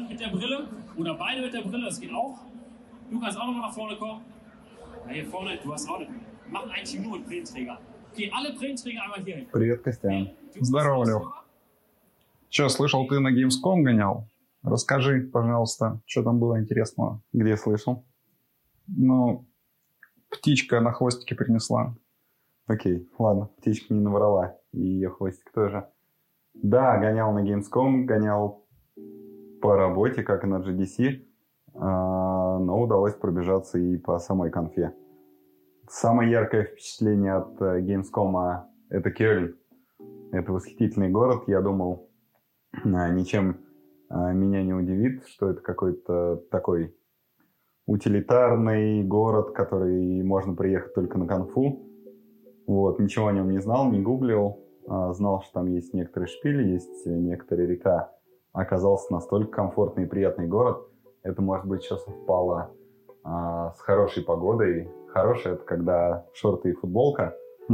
mit der Brille oder beide mit der Brille, das geht auch. Du kannst auch nochmal nach vorne kommen. Ja, hier vorne, du hast auch machen eigentlich nur mit Brillenträger. Okay, alle Brillenträger einmal hier hin. Привет, Костян. Здорово, Лех. Че, слышал, ты на Gamescom гонял? Расскажи, пожалуйста, что там было интересного. Где слышал? Ну, птичка на хвостике принесла. Окей, ладно, птичка не наврала. И ее хвостик тоже. Да, гонял на Gamescom, гонял по работе, как и на GDC. Но удалось пробежаться и по самой конфе. Самое яркое впечатление от Gamescom — это Кёльн. Это восхитительный город. Я думал, ничем меня не удивит, что это какой-то такой утилитарный город, который можно приехать только на конфу. Вот, ничего о нем не знал, не гуглил. Знал, что там есть некоторые шпили, есть некоторые река. Оказался настолько комфортный и приятный город. Это, может быть, еще совпало с хорошей погодой. Хорошая — это когда шорты и футболка,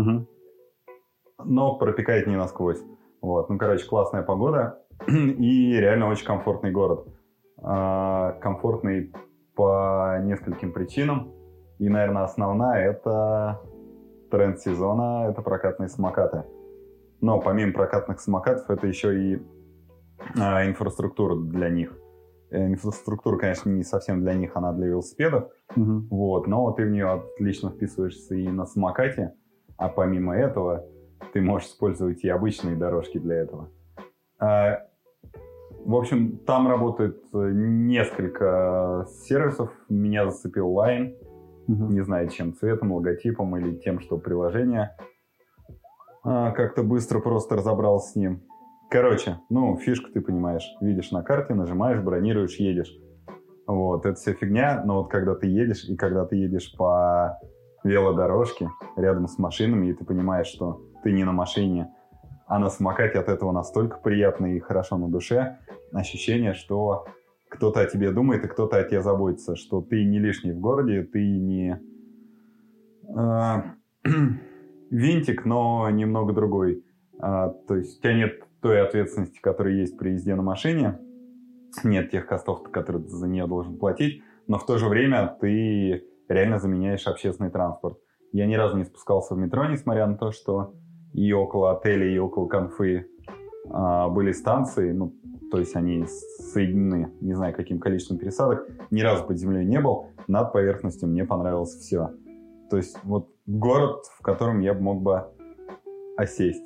но пропекает не насквозь. Вот. Ну, короче, классная погода и реально очень комфортный город. Комфортный по нескольким причинам. И, наверное, основная — это тренд сезона, это прокатные самокаты. Но помимо прокатных самокатов, это еще и инфраструктура для них. Инфраструктура, конечно, не совсем для них, она для велосипедов. Вот, но ты в нее отлично вписываешься и на самокате, а помимо этого ты можешь использовать и обычные дорожки для этого. В общем, там работает несколько сервисов. Меня зацепил Line. Не знаю, чем, цветом, логотипом или тем, что приложение. Как-то быстро просто разобрался с ним. Короче, ну, фишку ты понимаешь. Видишь на карте, нажимаешь, бронируешь, едешь. Вот, это вся фигня. Но вот когда ты едешь, и когда ты едешь по велодорожке рядом с машинами, и ты понимаешь, что ты не на машине, а на самокате, от этого настолько приятно и хорошо на душе. Ощущение, что кто-то о тебе думает, и кто-то о тебе заботится. Что ты не лишний в городе, ты не винтик, но немного другой. То есть у тебя нет той ответственности, которая есть при езде на машине. Нет тех костов, которые ты за нее должен платить. Но в то же время ты реально заменяешь общественный транспорт. Я ни разу не спускался в метро, несмотря на то, что и около отеля, и около конфы были станции. Ну, то есть они соединены, не знаю, каким количеством пересадок. Ни разу под землей не был. Над поверхностью мне понравилось все. То есть вот город, в котором я мог бы осесть.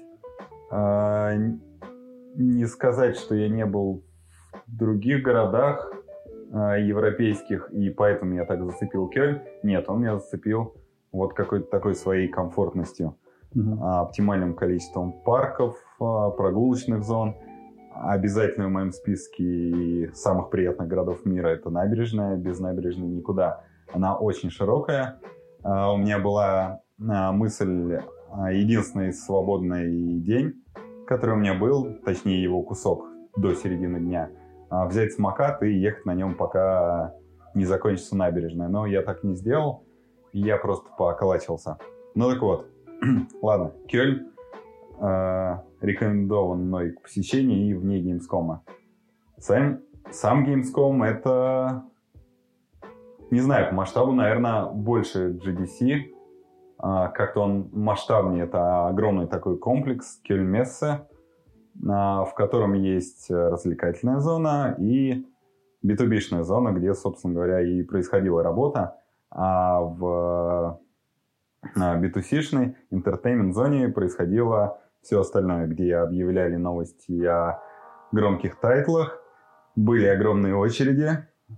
Не сказать, что я не был в других городах европейских, и поэтому я так зацепил Кёльн. Нет, он меня зацепил вот какой-то такой своей комфортностью. Оптимальным количеством парков, прогулочных зон. Обязательно в моем списке самых приятных городов мира — это набережная. Без набережной никуда. Она очень широкая. У меня была мысль, единственный свободный день, который у меня был, точнее его кусок до середины дня, взять самокат и ехать на нем, пока не закончится набережная. Но я так не сделал, и я просто пооколачивался. Ну так вот, ладно, Кёльн рекомендован мной к посещению и вне Gamescom. Сам Gamescom — это, не знаю, по масштабу, наверное, больше GDC. Как-то он масштабнее. Это огромный такой комплекс Кёльн-Мессе, в котором есть развлекательная зона и B2B-шная зона, где, собственно говоря, и происходила работа. А в B2C-шной entertainment-зоне происходило все остальное, где объявляли новости о громких тайтлах, были огромные очереди,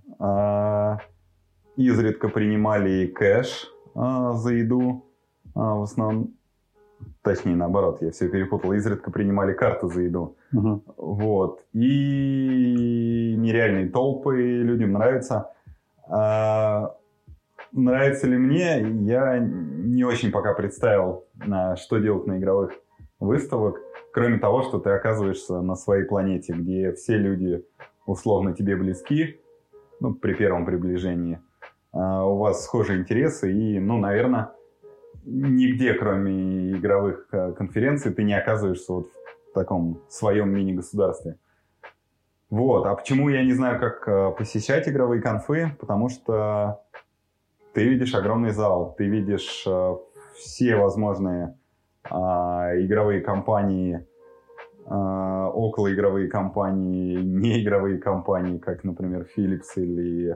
изредка принимали кэш за еду, в основном, точнее, наоборот, я все перепутал, изредка принимали карты за еду. Вот. И нереальные толпы, людям нравится. Нравится ли мне, я не очень пока представил, что делать на игровых выставок, кроме того, что ты оказываешься на своей планете, где все люди условно тебе близки, ну, при первом приближении. У вас схожие интересы, и, ну, наверное, нигде, кроме игровых конференций, ты не оказываешься вот в таком своем мини-государстве. Вот. А почему я не знаю, как посещать игровые конфы? Потому что ты видишь огромный зал, ты видишь все возможные игровые компании, околоигровые компании, неигровые компании, как, например, Philips или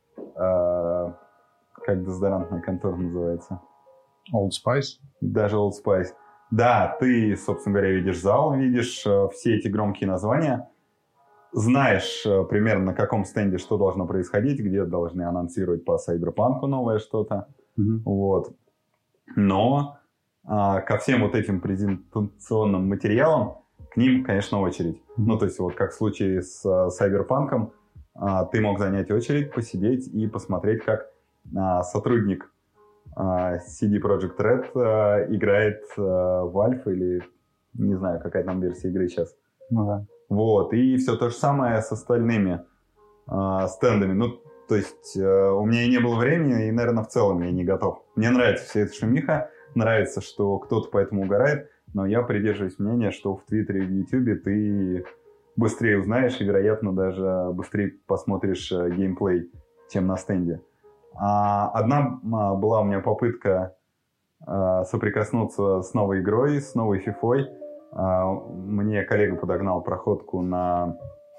как дезодорантная контора называется? Old Spice. Даже Old Spice. Да, ты, собственно говоря, видишь зал, видишь все эти громкие названия, знаешь примерно на каком стенде что должно происходить, где должны анонсировать по Cyberpunk'у новое что-то. Вот. Но ко всем вот этим презентационным материалам к ним, конечно, очередь. Ну, то есть, вот как в случае с Cyberpunk'ом, ты мог занять очередь, посидеть и посмотреть, как сотрудник CD Projekt Red играет Valve или, не знаю, какая там версия игры сейчас. Ну да. Вот, и все то же самое с остальными стендами. Ну, то есть, у меня и не было времени, и, наверное, в целом я не готов. Мне нравится вся эта шумиха, нравится, что кто-то по этому угорает, но я придерживаюсь мнения, что в Твиттере и в Ютубе ты быстрее узнаешь и, вероятно, даже быстрее посмотришь геймплей, чем на стенде. Одна была у меня попытка соприкоснуться с новой игрой, с новой фифой. Мне коллега подогнал проходку на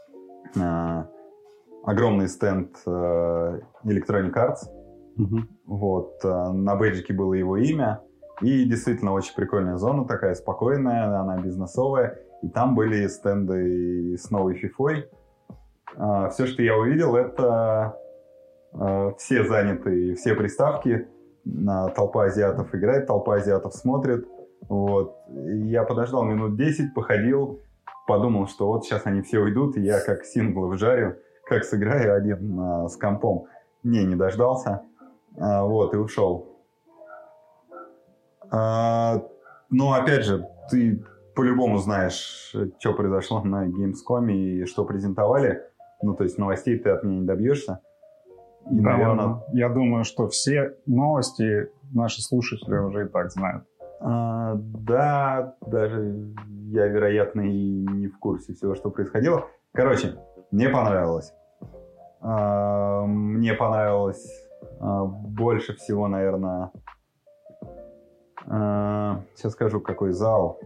огромный стенд Electronic Arts. Вот, на бейджике было его имя. И действительно очень прикольная зона, такая спокойная, она бизнесовая. И там были стенды с новой фифой. Все, что я увидел, это все заняты, все приставки. Толпа азиатов играет, толпа азиатов смотрит. Вот. Я подождал минут 10, походил, подумал, что вот сейчас они все уйдут, и я как синглы вжарю, как сыграю один с компом. Не дождался. Вот, и ушел. Но, опять же, ты по-любому знаешь, что произошло на Gamescom и что презентовали. Ну, то есть новостей ты от меня не добьешься. И, да, наверное... Я думаю, что все новости наши слушатели уже и так знают. Да, даже я, вероятно, и не в курсе всего, что происходило. Короче, мне понравилось. Мне понравилось больше всего, наверное... Сейчас скажу, какой зал.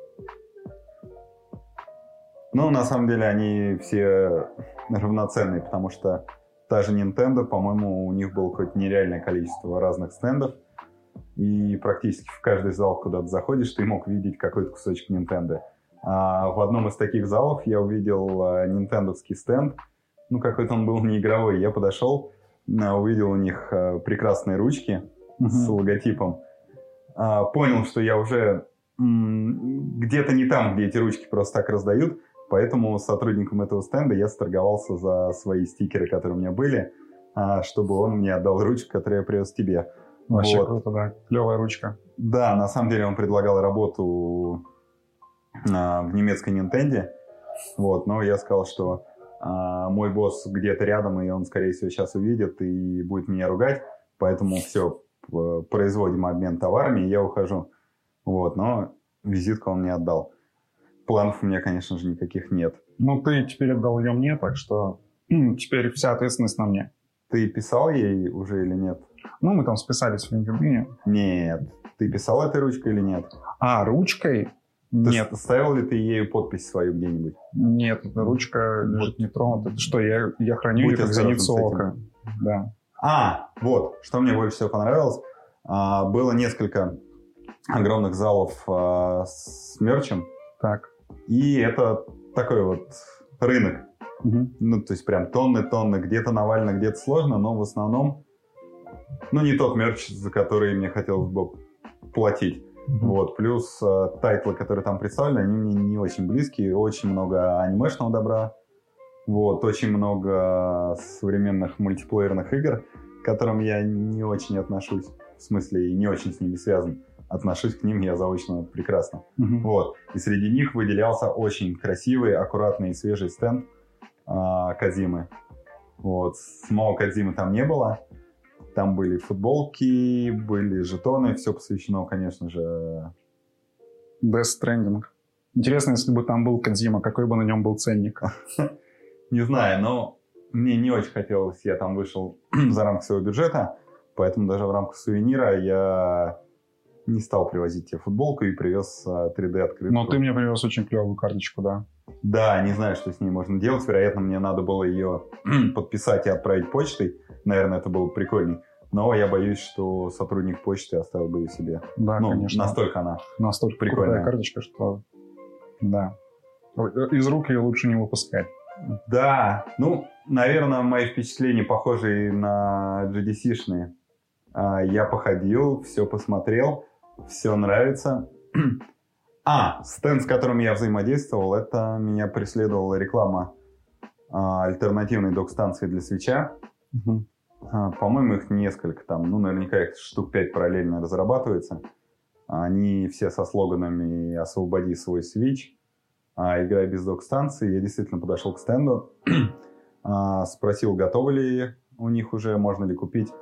Ну, на самом деле, они все равноценные, потому что та же Nintendo, по-моему, у них было какое-то нереальное количество разных стендов. И практически в каждый зал, куда ты заходишь, ты мог видеть какой-то кусочек Nintendo. В одном из таких залов я увидел нинтендовский стенд. Ну, какой-то он был не игровой. Я подошел, увидел у них прекрасные ручки с логотипом. Понял, что я уже где-то не там, где эти ручки просто так раздают. Поэтому с сотрудником этого стенда я сторговался за свои стикеры, которые у меня были, чтобы он мне отдал ручку, которую я привез тебе. Вообще вот. Круто, да. Клевая ручка. Да, на самом деле он предлагал работу в немецкой Nintendo. Вот, но я сказал, что мой босс где-то рядом, и он, скорее всего, сейчас увидит и будет меня ругать. Поэтому все, производим обмен товарами, и я ухожу. Вот, но визитку он мне отдал. Планов у меня, конечно же, никаких нет. Ну, ты теперь отдал ее мне, так что теперь вся ответственность на мне. Ты писал ей уже или нет? Ну, мы там списались в LinkedIn. Нет. Ты писал этой ручкой или нет? Ручкой? Нет. Ставил ли ты ею подпись свою где-нибудь? Нет, эта ручка лежит не тронута. Это что, я храню ее как зеницу ока. Да. Вот. Что мне больше всего понравилось. Было несколько огромных залов с мерчем. Так. И это такой вот рынок. Ну, то есть прям тонны, где-то навально, где-то сложно, но в основном, ну, не тот мерч, за который мне хотелось бы платить. Вот. Плюс тайтлы, которые там представлены, они мне не очень близкие. Очень много анимешного добра. Вот. Очень много современных мультиплеерных игр, к которым я не очень отношусь. В смысле, не очень с ними связан. Отношусь к ним я заочно прекрасно. Вот. И среди них выделялся очень красивый, аккуратный и свежий стенд Кодзимы. Вот. Самого Кодзимы там не было. Там были футболки, были жетоны. Все посвящено, конечно же... Death Stranding. Интересно, если бы там был Кодзима, какой бы на нем был ценник? Не знаю, но мне не очень хотелось, я там вышел за рамки своего бюджета, поэтому даже в рамках сувенира я не стал привозить тебе футболку и привез 3D-открытку. Но ты мне привез очень клевую карточку, да. Да, не знаю, что с ней можно делать. Вероятно, мне надо было ее подписать и отправить почтой. Наверное, это было бы прикольней. Но я боюсь, что сотрудник почты оставил бы ее себе. Да, конечно. Настолько она настолько прикольная. Крутая карточка, что... Да. Из рук ее лучше не выпускать. Да, наверное, мои впечатления похожи на GDC-шные. Я походил, все посмотрел, все нравится. Стенд, с которым я взаимодействовал, это меня преследовала реклама альтернативной док-станции для свитча. Угу. По-моему, их несколько там, наверняка их штук 5 параллельно разрабатывается. Они все со слоганами «Освободи свой свитч», «Играй без док-станции». Я действительно подошел к стенду, спросил, готовы ли у них уже, можно ли купить.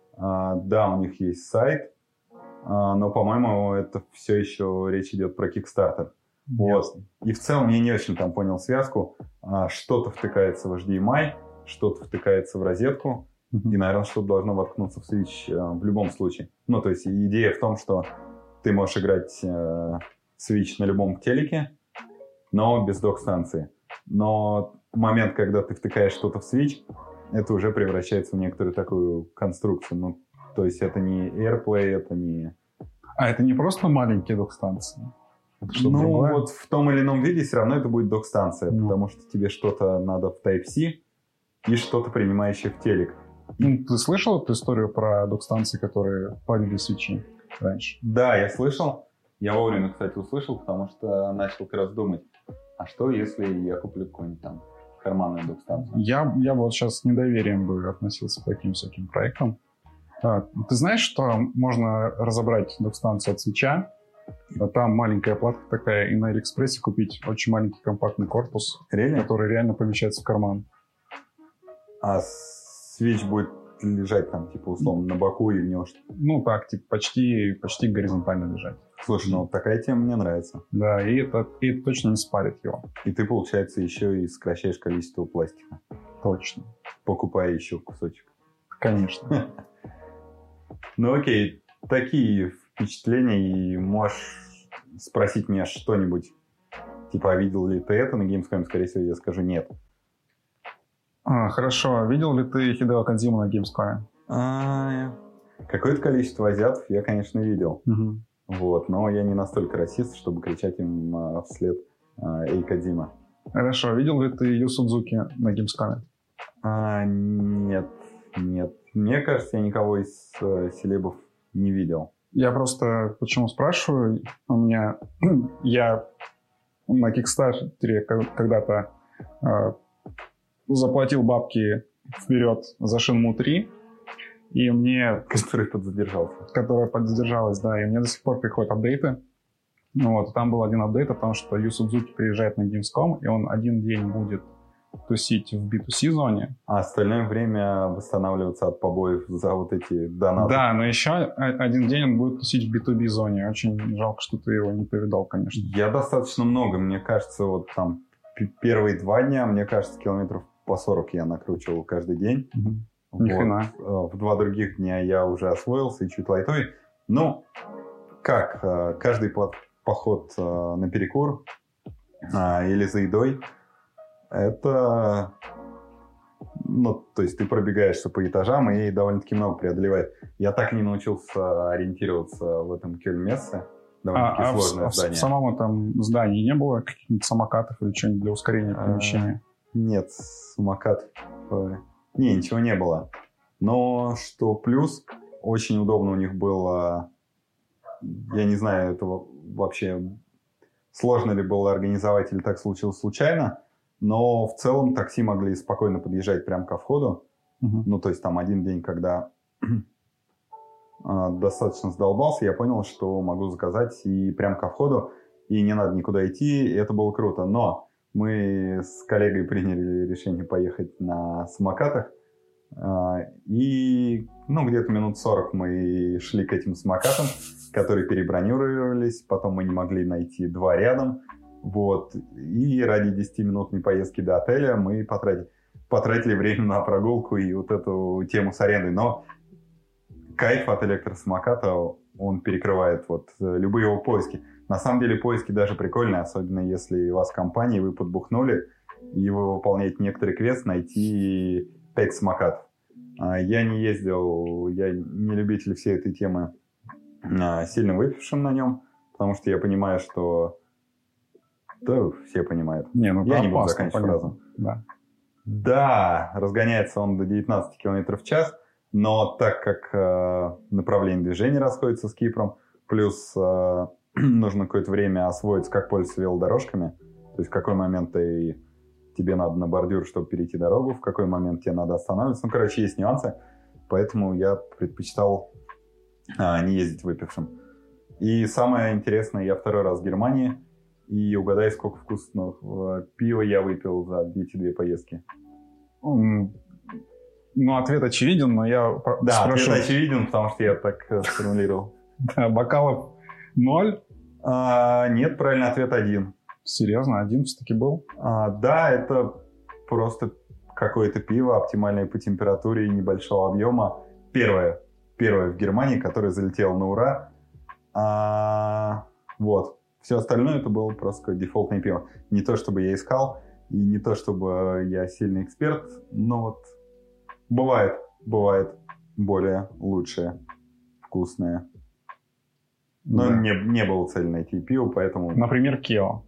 Да, у них есть сайт, но, по-моему, это все еще речь идет про Kickstarter. Вот. И в целом я не очень там понял связку. Что-то втыкается в HDMI, что-то втыкается в розетку, и, наверное, что-то должно воткнуться в Switch в любом случае. То есть идея в том, что ты можешь играть Switch на любом телеке, но без док-станции. Но момент, когда ты втыкаешь что-то в Switch, это уже превращается в некоторую такую конструкцию. То есть это не AirPlay, это не... это не просто маленькие док-станции? Вот в том или ином виде все равно это будет док-станция, потому что тебе что-то надо в Type-C и что-то принимающее в телек. Ты слышал эту историю про док-станции, которые палили свитчи раньше? Да, я слышал. Я вовремя, кстати, услышал, потому что начал как раз думать, а что, если я куплю какую-нибудь там карманную док-станцию? Я вот сейчас с недоверием бы относился к таким всяким проектам. Ты знаешь, что можно разобрать док-станцию от свитча? Там маленькая платка такая, и на Алиэкспрессе купить очень маленький компактный корпус, который реально помещается в карман. А свитч будет лежать там, типа, условно, на боку, и в него... почти горизонтально лежать. Слушай, такая тема мне нравится. Да, и это точно не спалит его. И ты, получается, еще и сокращаешь количество пластика. Точно. Покупая еще кусочек. Конечно. Окей, такие впечатления, и можешь спросить меня что-нибудь, типа, а видел ли ты это на Gamescom? Скорее всего, я скажу нет. Хорошо. Видел ли ты Хидео Кодзиму на Gamescom? Какое-то количество азиатов я, конечно, видел. Угу. Но я не настолько расист, чтобы кричать им вслед «Эй, Кодзима». Хорошо. Видел ли ты Ю Судзуки на Gamescom? Нет. Мне кажется, я никого из селебов не видел. Я просто почему спрашиваю? Я на Kickstarter когда-то заплатил бабки вперед за Shenmue 3, и мне... Который подзадержался. Которая подзадержалась, да, и мне до сих пор приходят апдейты. Там был один апдейт о том, что Ю Судзуки приезжает на Gamescom, и он один день будет тусить в B2C зоне. А остальное время восстанавливаться от побоев за вот эти донаты. Да, но еще один день он будет тусить в B2B зоне. Очень жалко, что ты его не повидал, конечно. Я достаточно много. Мне кажется, там первые 2 дня, мне кажется, километров по 40 я накручивал каждый день. Угу. Ни хрена. В 2 других дня я уже освоился и чуть лайтовый. Каждый поход на перекур или за едой, это, то есть ты пробегаешься по этажам и довольно-таки много преодолевает. Я так и не научился ориентироваться в этом Кёльн-Мессе. Довольно-таки сложное здание. В самом этом здании не было каких-нибудь самокатов или чего-нибудь для ускорения перемещения? Нет, самокатов. Ничего не было. Но что плюс, очень удобно у них было, я не знаю, этого вообще сложно ли было организовать или так случилось случайно, но в целом такси могли спокойно подъезжать прямо ко входу. То есть там один день, когда достаточно задолбался, я понял, что могу заказать и прямо ко входу, и не надо никуда идти, и это было круто. Но мы с коллегой приняли решение поехать на самокатах, и где-то минут 40 мы шли к этим самокатам, которые перебронировались, потом мы не могли найти 2 рядом, Вот. И ради 10-минутной поездки до отеля мы потратили время на прогулку и вот эту тему с арендой. Но кайф от электросамоката, он перекрывает вот любые его поиски. На самом деле поиски даже прикольные, особенно если у вас в компании, вы подбухнули, и вы выполняете некоторый квест найти 5 самокатов. Я не ездил, я не любитель всей этой темы сильно выпившим на нем, потому что я понимаю, что... Да, все понимают. Не, ну я не буду опасно, заканчивать фразу. Да. Да, разгоняется он до 19 км в час, но так как направление движения расходится с Кипром, плюс нужно какое-то время освоиться, как пользоваться велодорожками, то есть в какой момент тебе надо на бордюр, чтобы перейти дорогу, в какой момент тебе надо останавливаться. Ну, короче, есть нюансы, поэтому я предпочитал не ездить выпившим. И самое интересное, я второй раз в Германии, и угадай, сколько вкусного пива я выпил за эти 2 поездки. Ну, ответ очевиден, но я спрошу. Ответ очевиден, потому что я так сформулировал. Да, бокалов 0? Нет, правильный ответ 1. Серьезно, 1 все-таки был? Да, это просто какое-то пиво, оптимальное по температуре и небольшого объема. Первое в Германии, которое залетело на ура. Вот. Все остальное это было просто дефолтное пиво. Не то, чтобы я искал, и не то, чтобы я сильный эксперт, но вот бывает более лучшее, вкусное. Но да. не было цели найти пиво, поэтому... Например, Кео.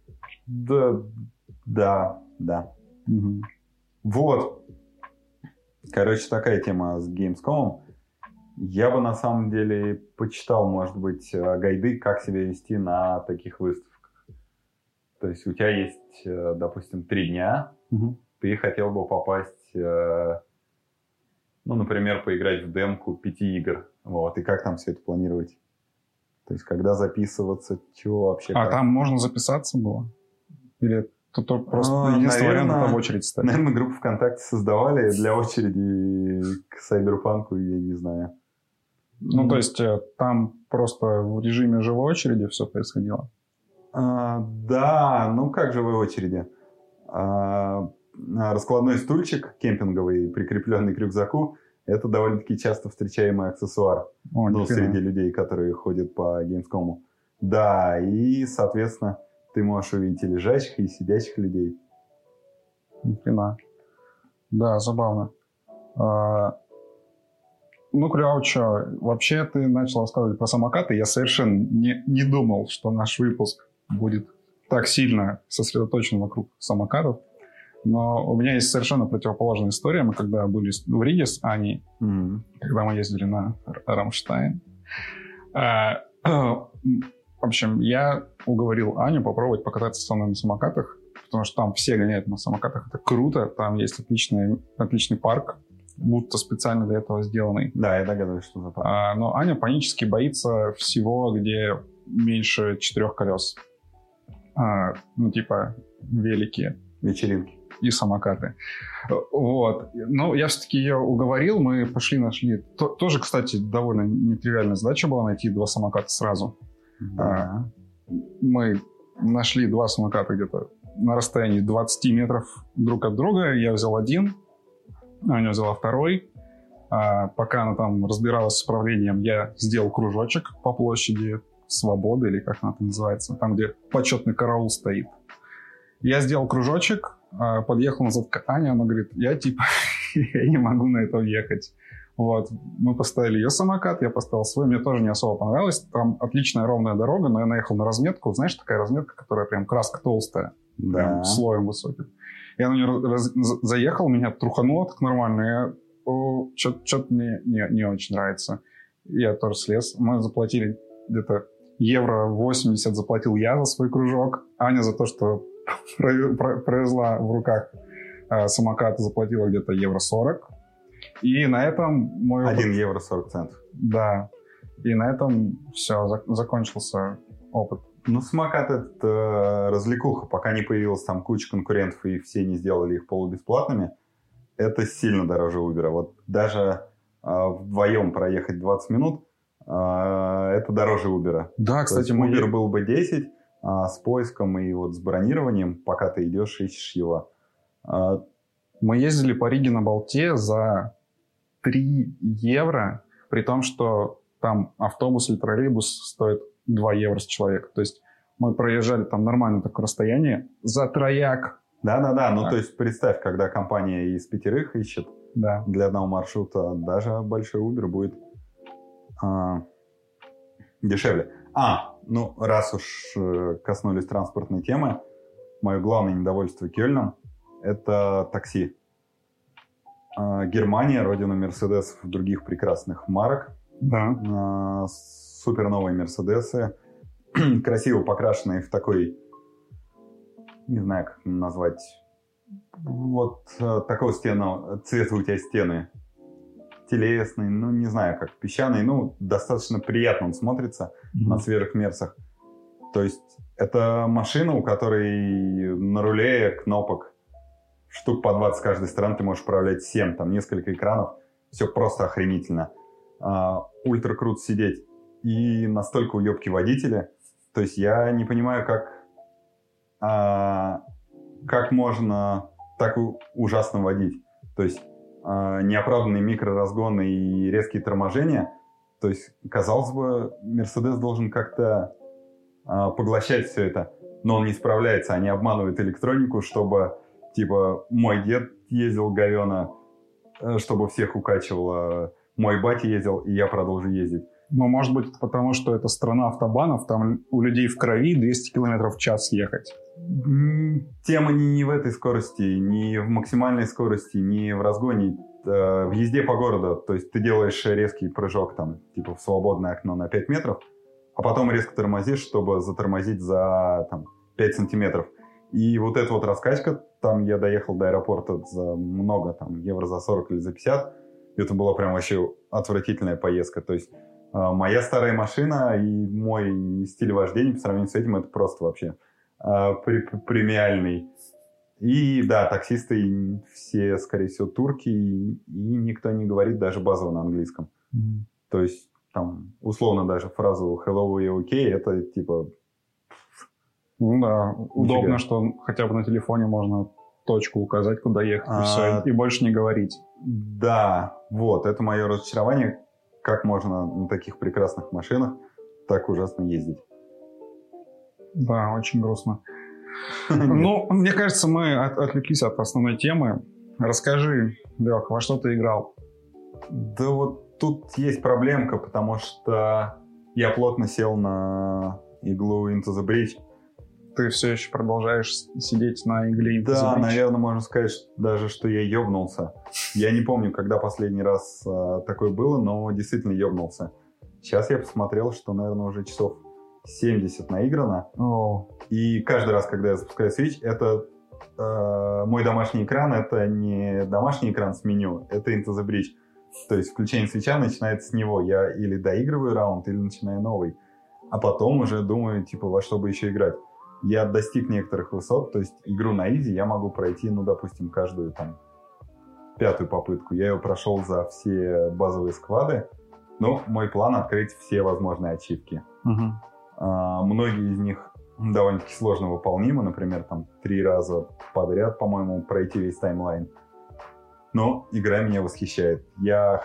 Да. Угу. Вот. Короче, такая тема с Gamescom. Я бы на самом деле почитал, может быть, гайды, как себя вести на таких выставках. То есть у тебя есть, допустим, 3 дня, ты хотел бы попасть, например, поиграть в демку 5 игр. Вот, и как там все это планировать? То есть когда записываться, чего вообще... Там можно записаться было? Или тут просто единственный вариант — это в очередь стать? Наверное, группу ВКонтакте создавали для очереди к Сайберпанку, я не знаю. То есть там просто в режиме живой очереди все происходило? Да, как живой очереди? Раскладной стульчик кемпинговый, прикрепленный к рюкзаку, это довольно-таки часто встречаемый аксессуар среди людей, которые ходят по Gamescom. Да, и, соответственно, ты можешь увидеть и лежачих, и сидящих людей. Да, забавно. Кряучо, вообще ты начал рассказывать про самокаты. Я совершенно не думал, что наш выпуск будет так сильно сосредоточен вокруг самокатов. Но у меня есть совершенно противоположная история. Мы когда были в Риге с Аней, когда мы ездили на Рамштайн, в общем, я уговорил Аню попробовать покататься со мной на самокатах, потому что там все гоняют на самокатах. Это круто, там есть отличный парк, будто специально для этого сделанный. Да, я догадываюсь, что за парк. Но Аня панически боится всего, где меньше 4 колес. Велики. Вечеринки. И самокаты. Вот. Я все-таки ее уговорил, мы нашли... Тоже, кстати, довольно нетривиальная задача была найти 2 самоката сразу. Да. Мы нашли 2 самоката где-то на расстоянии 20 метров друг от друга. Я взял один, Аня взяла второй. Пока она там разбиралась с управлением, я сделал кружочек по площади Свободы, или как она там называется, там, где почетный караул стоит. Я сделал кружочек, подъехал назад к Ане, она говорит, я не могу на это въехать. Вот. Мы поставили ее самокат, я поставил свой, мне тоже не особо понравилось. Там отличная ровная дорога, но я наехал на разметку, знаешь, такая разметка, которая прям краска толстая, прям слоем высоким. Я на нее заехал, меня трухануло так нормально, что-то мне не очень нравится. Я тоже слез. Мы заплатили где-то евро 80 заплатил я за свой кружок. Аня за то, что провезла в руках самокат, заплатила где-то евро 40. И на этом мой опыт... 1 евро 40 центов. Да. И на этом все, закончился опыт. Самокат — это развлекуха. Пока не появилась там куча конкурентов и все не сделали их полубесплатными, это сильно дороже Uber. Вот даже вдвоем проехать 20 минут, это дороже Uber. Да, кстати, Uber был бы 10, с поиском и вот с бронированием, пока ты идешь, ищешь его. Мы ездили по Риге на Болте за 3 евро, при том, что там автобус или троллейбус стоит 2 евро с человека. То есть мы проезжали там нормальное такое расстояние за трояк. Да. Ну, то есть представь, когда компания из 5 ищет для одного маршрута, даже большой Uber будет дешевле. Ну, раз уж коснулись транспортной темы, мое главное недовольство Кёльном – это такси. Германия, родина Мерседесов и других прекрасных марок. Да. Супер новые Мерседесы, красиво покрашенные в такой, не знаю, как назвать, вот такого цвета у тебя стены. Телесный, ну, не знаю, как песчаный, ну, достаточно приятно он смотрится на свежих мерсах. То есть это машина, у которой на руле кнопок штук по 20 с каждой стороны, ты можешь управлять 7, там несколько экранов, все просто охренительно. Ультра круто сидеть. И настолько уебки водители. То есть я не понимаю, как можно так ужасно водить. То есть неоправданные микроразгоны и резкие торможения. То есть, казалось бы, Мерседес должен как-то поглощать все это. Но он не справляется. Они обманывают электронику, чтобы, типа, мой дед ездил говёно, чтобы всех укачивало. Мой батя ездил, и я продолжу ездить. Но может быть это потому, что это страна автобанов, там у людей в крови 200 км в час ехать. Тема не в этой скорости, не в максимальной скорости, не в разгоне, в езде по городу. То есть ты делаешь резкий прыжок там, типа в свободное окно на 5 метров, а потом резко тормозишь, чтобы затормозить за там, 5 сантиметров. И вот эта вот раскачка, там я доехал до аэропорта за много, там, евро за 40 или за 50. Это была прям вообще отвратительная поездка. То есть моя старая машина и мой стиль вождения по сравнению с этим это просто вообще премиальный. И да, таксисты все, скорее всего, турки, и никто не говорит даже базово на английском. То есть там условно даже фразу «hello, you okay» это типа... Ну да, удобно, что хотя бы на телефоне можно точку указать, куда ехать, и все, и больше не говорить. Да, вот, это мое разочарование. Как можно на таких прекрасных машинах так ужасно ездить? Да, очень грустно. Ну, мне кажется, мы отвлеклись от основной темы. Расскажи, Лех, во что ты играл? Да вот тут есть проблемка, потому что я плотно сел на иглу Into the Breach. Ты все еще продолжаешь сидеть на игле Into the Breach? Да, наверное, можно сказать даже, что я ёбнулся. Я не помню, когда последний раз такое было, но действительно ёбнулся. Сейчас я посмотрел, что, наверное, уже часов 70 наиграно. И каждый раз, когда я запускаю Switch, это мой домашний экран, это не домашний экран с меню, это Into the Breach. То есть включение свитча начинается с него. Я или доигрываю раунд, или начинаю новый. А потом уже думаю, типа, во что бы еще играть. Я достиг некоторых высот, то есть игру на изи я могу пройти, ну, допустим, каждую там 5-ю попытку. Я ее прошел за все базовые сквады. Но мой план — открыть все возможные ачивки. Многие из них довольно-таки сложно выполнимы. Например, там 3 раза подряд, по-моему, пройти весь таймлайн. Но игра меня восхищает. Я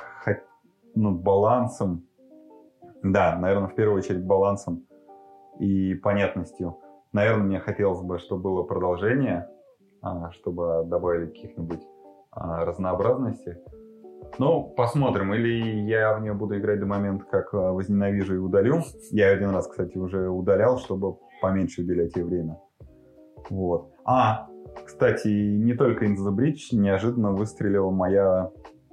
балансом, да, наверное, в первую очередь балансом и понятностью. Наверное, мне хотелось бы, чтобы было продолжение, чтобы добавили каких-нибудь разнообразностей. Ну, посмотрим. Или я в нее буду играть до момента, как возненавижу и удалю. Я один раз, кстати, уже удалял, чтобы поменьше уделять ей время. Вот. Кстати, не только Into the Breach неожиданно выстрелила моя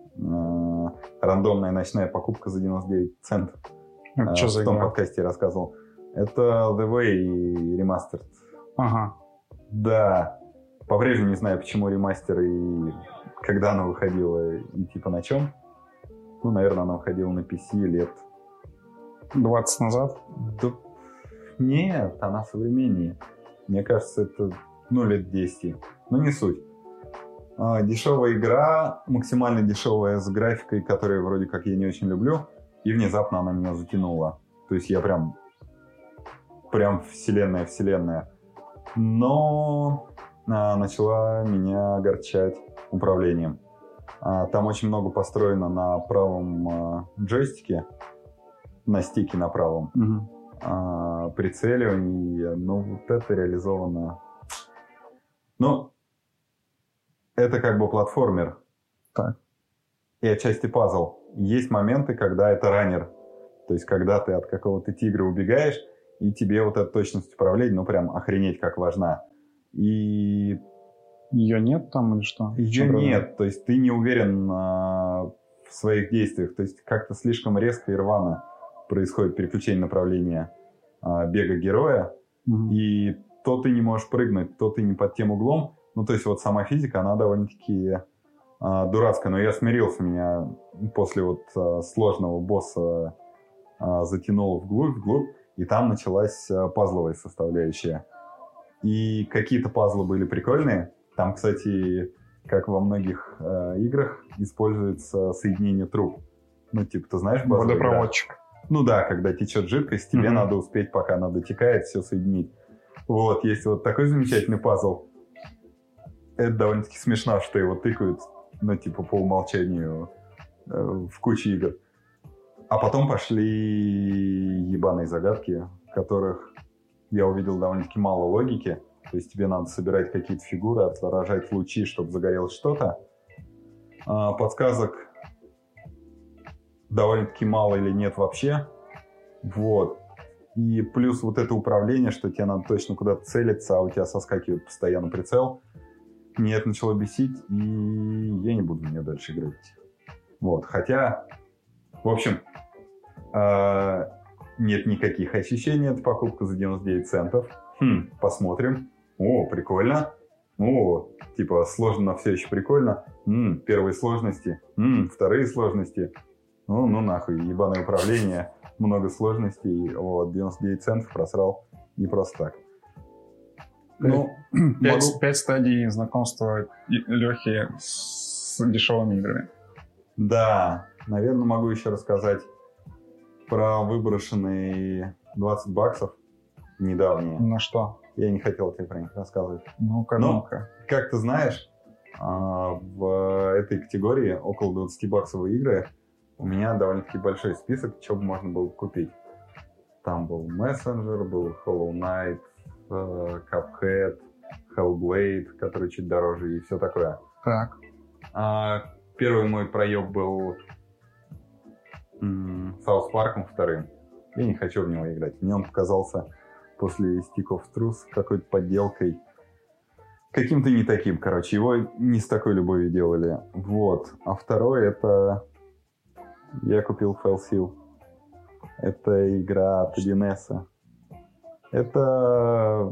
рандомная ночная покупка за 99 центов. Что за в том игра? подкасте я рассказывал. Это The Way Remastered. Ага. Да. По-прежнему не знаю, почему ремастер и когда она выходила и типа на чем. Ну, наверное, она выходила на PC лет 20 назад? Да, нет, она современнее. Мне кажется, это лет 10. Но не суть. Дешевая игра, максимально дешевая, с графикой, которую вроде как я не очень люблю. И внезапно она меня затянула. То есть я прям прям вселенная. Но начала меня огорчать управлением. Там очень много построено на правом джойстике, на стике на правом. Прицеливание, ну, вот это реализовано. Ну, это как бы платформер. Так. И отчасти пазл. Есть моменты, когда это раннер. То есть, когда ты от какого-то тигра убегаешь, и тебе вот эта точность управления, ну, прям охренеть как важна. И... Ее нет там или что? Ее нет. То есть, ты не уверен в своих действиях. То есть, как-то слишком резко и рвано происходит переключение направления бега героя. И то ты не можешь прыгнуть, то ты не под тем углом. Ну, то есть, вот сама физика, она довольно-таки дурацкая. Но я смирился, меня после вот сложного босса затянуло вглубь, и там началась пазловая составляющая. И какие-то пазлы были прикольные. Там, кстати, как во многих играх, используется соединение труб. Ну, типа, ты знаешь базовый водопроводчик. игра? Ну да, когда течет жидкость, тебе надо успеть, пока она дотекает, все соединить. Вот, есть вот такой замечательный пазл. Это довольно-таки смешно, что его тыкают, ну, типа, по умолчанию в куче игр. А потом пошли ебаные загадки, в которых я увидел довольно-таки мало логики. То есть тебе надо собирать какие-то фигуры, отражать лучи, чтобы загорелось что-то. Подсказок довольно-таки мало или нет вообще. Вот. И плюс вот это управление, что тебе надо точно куда-то целиться, а у тебя соскакивает постоянно прицел. Меня это начало бесить, и я не буду в нее дальше играть. Вот. Хотя, в общем, нет никаких ощущений. Это покупка за 99 центов. Посмотрим. О, прикольно. О, типа, сложно, но все еще прикольно. Первые сложности. Вторые сложности. Ну нахуй, ебаное управление. Много сложностей. Вот, 99 центов просрал. Не просто так. Ну, 5 стадий знакомства Лехи с дешевыми играми. Да, наверное, могу еще рассказать про выброшенные 20 баксов недавние. На что? Я не хотел тебе про них рассказывать. Ну-ка. Как ты знаешь, в этой категории около 20 баксовые игры у меня довольно-таки большой список, что бы можно было купить. Там был Messenger, был Hollow Knight, Cuphead, Hellblade, который чуть дороже и все такое. Так. Первый мой проеб был South Park вторым. Я не хочу в него играть. Мне он показался после Stick of Truth какой-то подделкой. Каким-то не таким, короче. Его не с такой любовью делали. Вот. А второй это... Я купил Fell Seal. Это игра от 1С. Это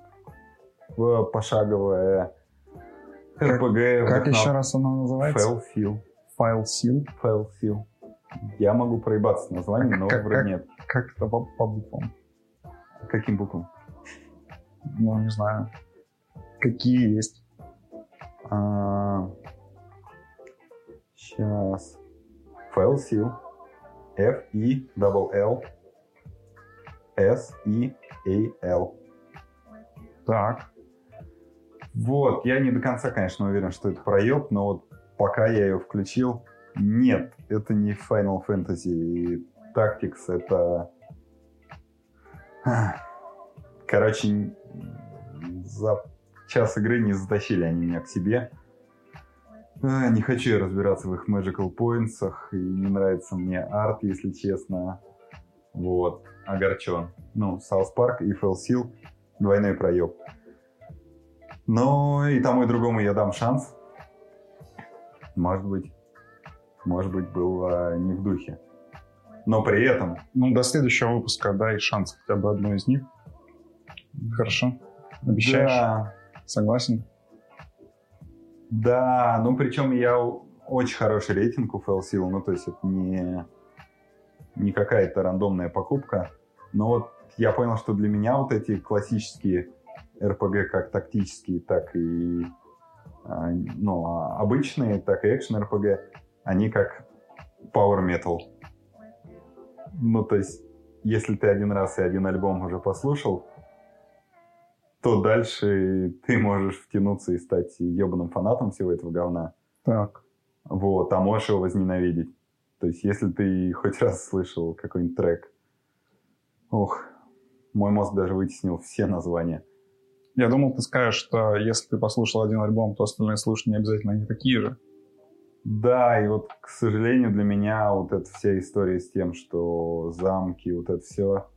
пошаговая RPG. Как еще раз она называется? Fell Seal. File Seal? Fell Seal. Я могу проебаться с названием, но вроде нет. Как это по буквам? Каким буквам? Ну, не знаю. Какие есть? Сейчас. Fell Seal. F-E-L-L S-E-A-L. Так. Вот, я не до конца, конечно, уверен, что это проеб, но вот пока я ее включил, нет, это не Final Fantasy Tactics, это... Короче, за час игры не затащили они меня к себе. Не хочу я разбираться в их Magical Points, и не нравится мне арт, если честно. Вот, огорчен. Ну, South Park и Fell Seal — двойной проеб. Но и тому, и другому я дам шанс. Может быть, было не в духе. Но при этом... Ну, до следующего выпуска дай шанс хотя бы одной из них. Хорошо? Обещаешь? Да. Согласен? Да, ну причем я очень хороший рейтинг у Fell Seal, ну то есть это не какая-то рандомная покупка, но вот я понял, что для меня вот эти классические RPG, как тактические, так и обычные, так и экшен RPG, они как Power Metal. Ну то есть если ты один раз и один альбом уже послушал, то дальше ты можешь втянуться и стать ебаным фанатом всего этого говна. Так. Вот, а можешь его возненавидеть. То есть, если ты хоть раз слышал какой-нибудь трек, мой мозг даже вытеснил все названия. Я думал, ты скажешь, что если ты послушал один альбом, то остальные слушать не обязательно они такие же. Да, и вот, к сожалению, для меня вот эта вся история с тем, что замки, вот это все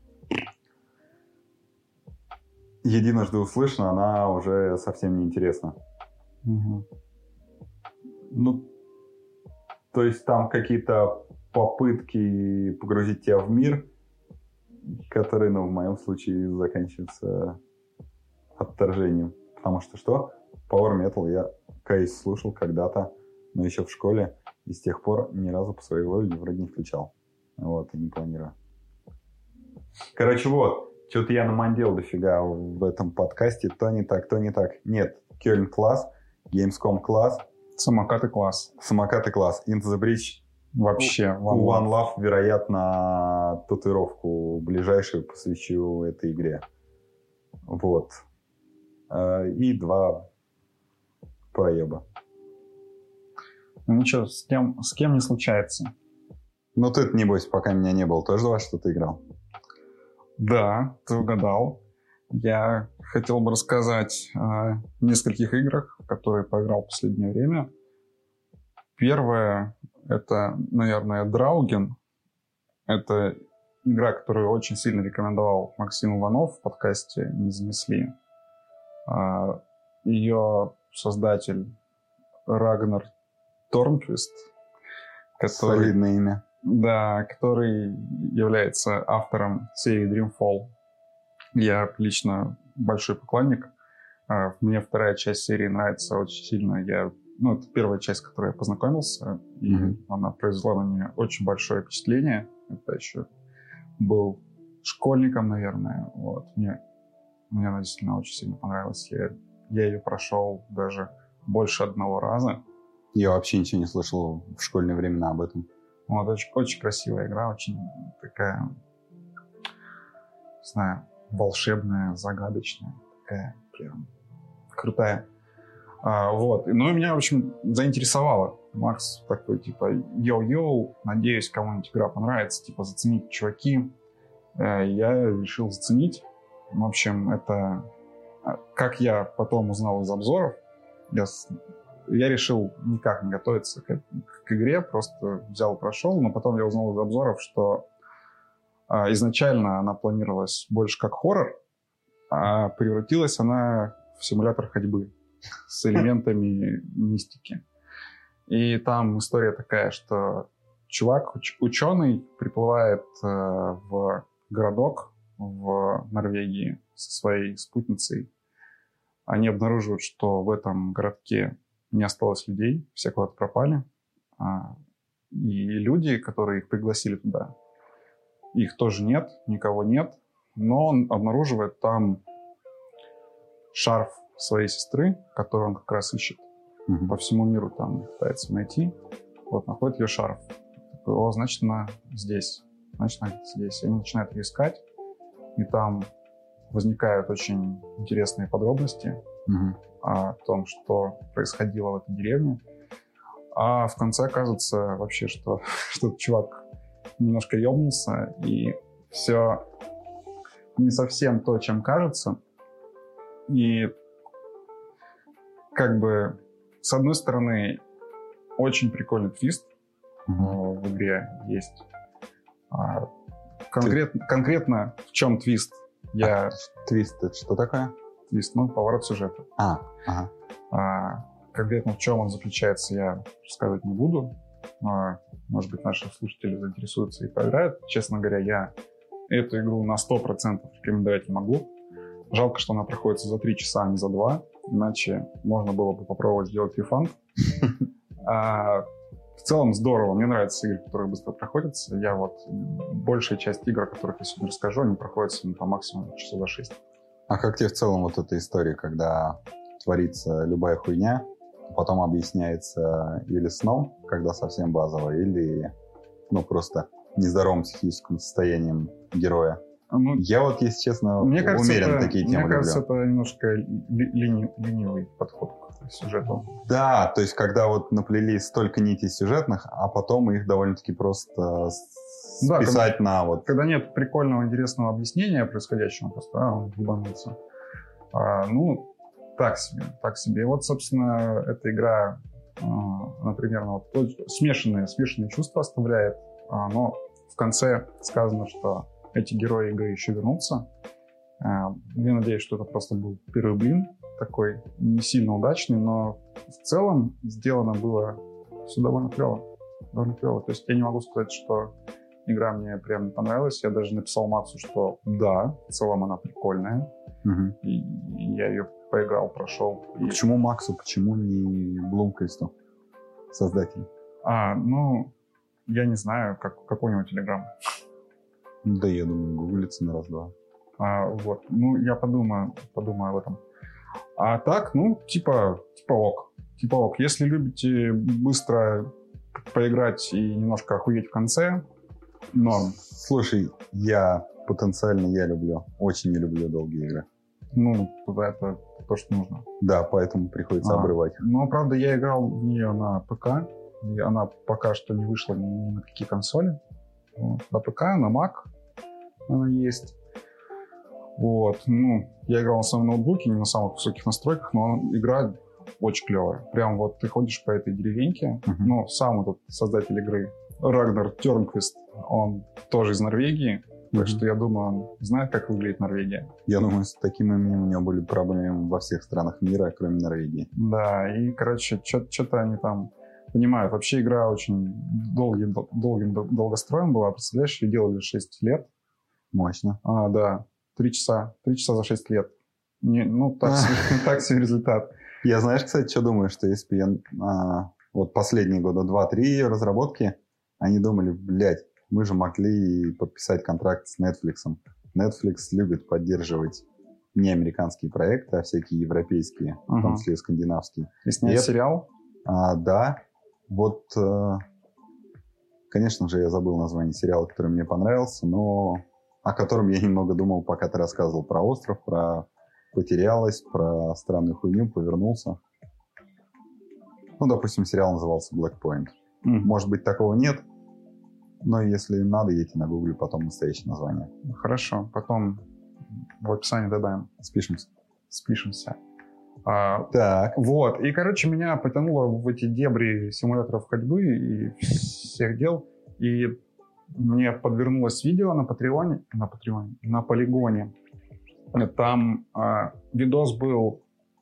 единожды услышана, она уже совсем неинтересна. Угу. Ну, то есть там какие-то попытки погрузить тебя в мир, которые, в моем случае заканчиваются отторжением. Потому что Power Metal я, каюсь, слушал когда-то, но еще в школе, и с тех пор ни разу по своей воле вроде не включал. Вот, и не планирую. Короче, что-то я намандил дофига в этом подкасте. То не так. Нет, Кёльн класс, Gamescom класс. Самокаты класс. Into the Bridge. Вообще. One Love, вероятно, татуировку ближайшую посвящу этой игре. Вот. И 2 проеба. Ну ничего, с кем не случается. Ну ты, небось, пока меня не было, тоже во что-то играл? Да, ты угадал. Я хотел бы рассказать о нескольких играх, в которые поиграл в последнее время. Первое — это, наверное, Драуген. Это игра, которую очень сильно рекомендовал Максим Иванов в подкасте «Не занесли». Ее создатель Рагнар Торнквист, Солидное имя. Да, который является автором серии Dreamfall. Я лично большой поклонник. Мне вторая часть серии нравится очень сильно. Это первая часть, с которой я познакомился, и она произвела на меня очень большое впечатление. Это еще был школьником, наверное. Вот. Мне она действительно очень сильно понравилась. Я ее прошел даже больше одного раза. Я вообще ничего не слышал в школьные времена об этом. Вот, очень красивая игра, очень такая, не знаю, волшебная, загадочная, такая прям крутая. Вот. Ну и меня, в общем, заинтересовало. Макс такой, типа, йоу-йоу, надеюсь, кому-нибудь игра понравится, типа, зацените, чуваки. Я решил заценить. В общем, это, как я потом узнал из обзоров, я решил никак не готовиться к игре, просто взял и прошел, но потом я узнал из обзоров, что изначально она планировалась больше как хоррор, а превратилась она в симулятор ходьбы с элементами мистики. И там история такая, что чувак, ученый, приплывает в городок в Норвегии со своей спутницей. Они обнаруживают, что в этом городке не осталось людей, все куда-то пропали. И люди, которые их пригласили туда, их тоже нет, никого нет. Но он обнаруживает там шарф своей сестры, который он как раз ищет. По всему миру там пытается найти. Вот, находит ее шарф. Такой, значит, она здесь. Значит, она здесь. И они начинают ее искать. И там возникают очень интересные подробности о том, что происходило в этой деревне. А в конце оказывается вообще, что этот чувак немножко ёбнулся, и все не совсем то, чем кажется. И как бы с одной стороны очень прикольный твист в игре есть. Конкретно в чем твист? Твист — это что такое? Твист, поворот сюжета. Конкретно в чем он заключается, я рассказывать не буду. Может быть, наши слушатели заинтересуются и поиграют. Честно говоря, я эту игру на 100% рекомендовать не могу. Жалко, что она проходится за 3 часа, а не за 2. Иначе можно было бы попробовать сделать рефанд. В целом здорово. Мне нравятся игры, которые быстро проходятся. Большая часть игр, о которых я сегодня расскажу, они проходятся по максимуму часа за 6. А как тебе в целом вот эта история, когда творится любая хуйня, потом объясняется или сном, когда совсем базово, или просто нездоровым психическим состоянием героя. Ну, Я вот, если честно, мне кажется, умеренно такие темы мне кажется, люблю. это немножко ленивый подход к сюжету. Да, то есть, когда вот наплели столько нитей сюжетных, а потом их довольно-таки просто Да, списать на вот... Когда нет прикольного, интересного объяснения происходящему, просто он ебанулся. Ну, так себе. И вот, собственно, эта игра, например, вот, смешанные чувства оставляет, но в конце сказано, что эти герои игры еще вернутся. Я надеюсь, что это просто был первый блин, такой не сильно удачный, но в целом сделано было все довольно клево. То есть я не могу сказать, что игра мне прям не понравилась. Я даже написал Максу, что да, в целом она прикольная. Угу. И я ее поиграл, прошел. Почему Максу, почему не Блумквисту, создатель? Ну, я не знаю, какой у него Telegram. Да, я думаю, гуглится на раз-два. Вот. Ну, я подумаю об этом. А так, ну, типа ок. Если любите быстро поиграть и немножко охуеть в конце, норм. Слушай, я люблю, очень не люблю долгие игры. Ну, это то, что нужно. Да, поэтому приходится обрывать. Но, правда, я играл в нее на ПК, и она пока что не вышла ни на какие консоли. Вот. На ПК, на Mac она есть. Вот. Ну, я играл на своем ноутбуке, не на самых высоких настройках, но игра очень клевая. Прям вот ты ходишь по этой деревеньке. Ну, сам этот создатель игры, Рагнар Тернквист, он тоже из Норвегии. Так что я думаю, он знает, как выглядит Норвегия. Я думаю, с таким именем у него были проблемы во всех странах мира, кроме Норвегии. Да, и, короче, что-то они там понимают. Вообще игра очень долгостроем была. Представляешь, ее делали 6 лет. Мощно. Да, 3 часа за 6 лет. Так себе результат. Я, знаешь, кстати, что думаю, что если бы я вот последние года 2-3 разработки, они думали, блядь, мы же могли подписать контракт с Netflix. Netflix любит поддерживать не американские проекты, а всякие европейские, в том числе и скандинавские. И снять сериал? Да. Вот, конечно же, я забыл название сериала, который мне понравился, но о котором я немного думал, пока ты рассказывал про остров, про потерялась, про странную хуйню, повернулся. Ну, допустим, сериал назывался Black Point. Может быть, такого нет, но если надо, я тебе нагуглю потом настоящее название. Хорошо, потом в описании добавим. Спишемся. Так. Вот, и, короче, меня потянуло в эти дебри симуляторов ходьбы и всех дел, и мне подвернулось видео на Полигоне. Там видос был,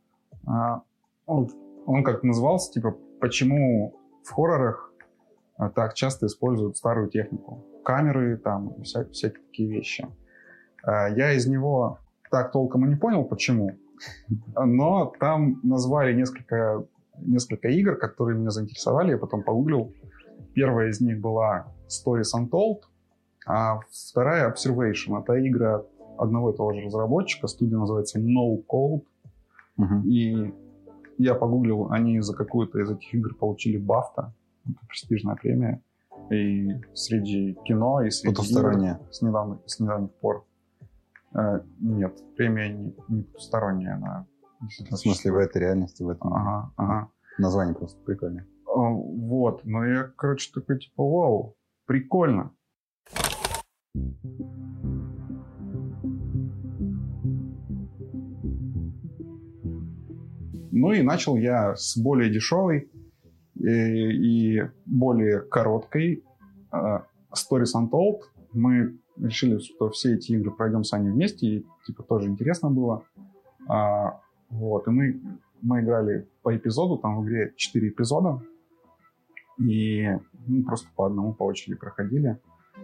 он как назывался, типа, почему в хоррорах так часто используют старую технику. Камеры, там, всякие такие вещи. Я из него так толком и не понял, почему. Но там назвали несколько игр, которые меня заинтересовали. Я потом погуглил. Первая из них была Stories Untold, а вторая Observation. Это игра одного и того же разработчика. Студия называется No Code. И я погуглил, они за какую-то из этих игр получили BAFTA. Это престижная премия. И среди кино, и среди игр с недавних пор. Нет, премия не потусторонняя, она... В смысле, в этой реальности, в этом? Ага. Название просто прикольное. Вот, но я, короче, такой, типа, вау, прикольно. Ну и начал я с более дешевой и более короткой Stories Untold. Мы решили, что все эти игры пройдем с Аней вместе, и типа тоже интересно было. Вот, и мы играли по эпизоду, там в игре 4 эпизода, и просто по одному, по очереди проходили.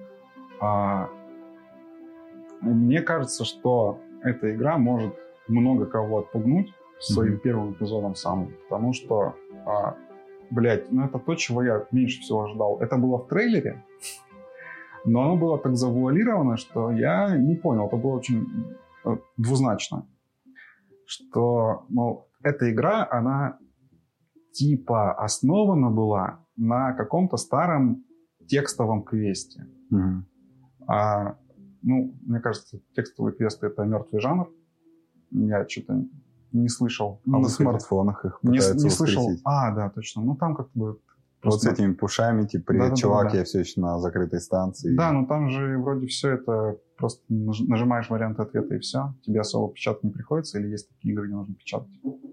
Мне кажется, что эта игра может много кого отпугнуть своим первым эпизодом самым, потому что, это то, чего я меньше всего ожидал. Это было в трейлере, но оно было так завуалировано, что я не понял. Это было очень двузначно. Что, мол, эта игра, она типа основана была на каком-то старом текстовом квесте. Мне кажется, текстовые квесты — это мертвый жанр. Я что-то не слышал. На смартфонах их пытаются не слышал. воскресить. Да, точно. Там как бы... Вот с этими пушами, типа, привет, чувак, я все еще на закрытой станции. Да, но там же вроде все это просто нажимаешь варианты ответа и все. Тебе особо печатать не приходится, или есть такие игры, где нужно печатать?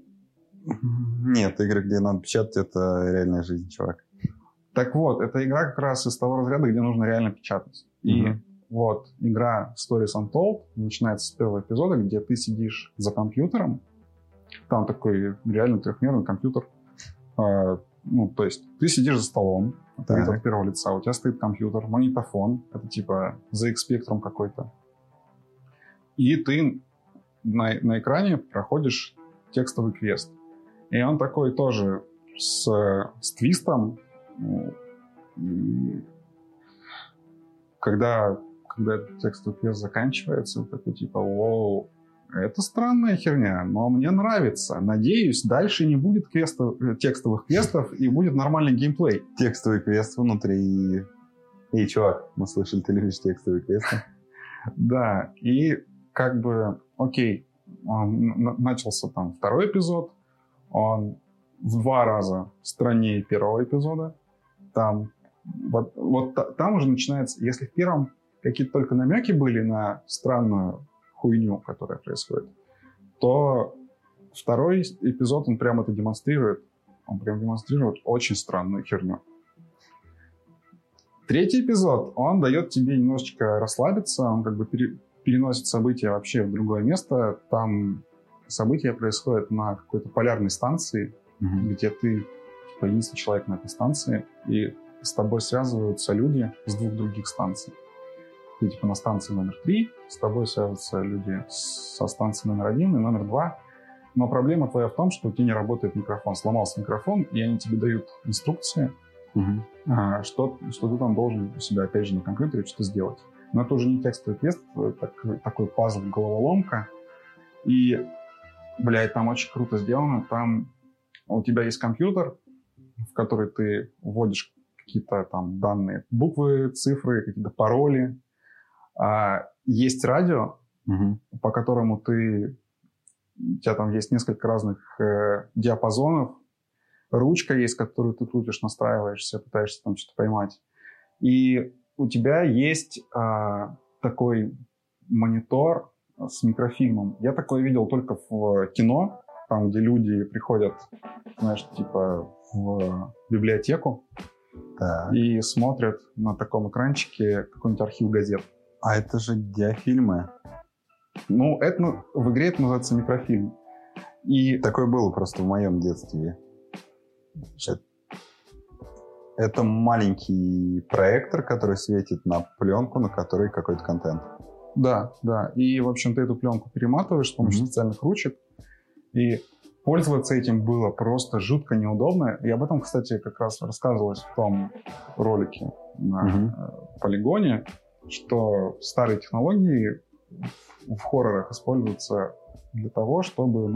Нет, игры, где надо печатать, это реальная жизнь, чувак. Так вот, эта игра как раз из того разряда, где нужно реально печатать. И вот игра Stories Untold начинается с первого эпизода, где ты сидишь за компьютером. Там такой реально трехмерный компьютер. То есть ты сидишь за столом, это вид от первого лица, у тебя стоит компьютер, магнитофон, это типа ZX Spectrum какой-то. И ты на экране проходишь текстовый квест. И он такой тоже с твистом. И когда текстовый квест заканчивается, такой типа, вау, это странная херня, но мне нравится. Надеюсь, дальше не будет текстовых квестов и будет нормальный геймплей. Текстовый квест внутри... Эй, чувак, мы слышали, ты любишь текстовые квесты. Да, и как бы, окей, начался там второй эпизод, он в 2 раза страннее первого эпизода. Там там уже начинается, если в первом какие-то только намеки были на странную хуйню, которая происходит, то второй эпизод, он прям это демонстрирует. Он прям демонстрирует очень странную херню. Третий эпизод, он дает тебе немножечко расслабиться, он как бы переносит события вообще в другое место. Там события происходят на какой-то полярной станции, где ты типа единственный человек на этой станции, и с тобой связываются люди с 2 других станций. Ты типа на станции номер 3, с тобой связываются люди со станции номер 1 и номер 2. Но проблема твоя в том, что у тебя не работает микрофон. Сломался микрофон, и они тебе дают инструкции, что ты там должен у себя, опять же, на компьютере что-то сделать. Но это уже не текстовый квест, такой пазл, головоломка. И, блядь, там очень круто сделано. Там у тебя есть компьютер, в который ты вводишь какие-то там данные, буквы, цифры, какие-то пароли. Есть радио, по которому у тебя там есть несколько разных диапазонов, ручка есть, которую ты крутишь, настраиваешься, пытаешься там что-то поймать. И у тебя есть такой монитор с микрофильмом. Я такое видел только в кино, там, где люди приходят, знаешь, типа в библиотеку и смотрят на таком экранчике какой-нибудь архив газет. А это же диафильмы. Это в игре это называется микрофильм. И такое было просто в моем детстве. Это маленький проектор, который светит на пленку, на которой какой-то контент. Да. И, в общем, ты эту пленку перематываешь с помощью специальных ручек. И пользоваться этим было просто жутко неудобно. И об этом, кстати, как раз рассказывалось в том ролике на полигоне, что старые технологии в хоррорах используются для того, чтобы,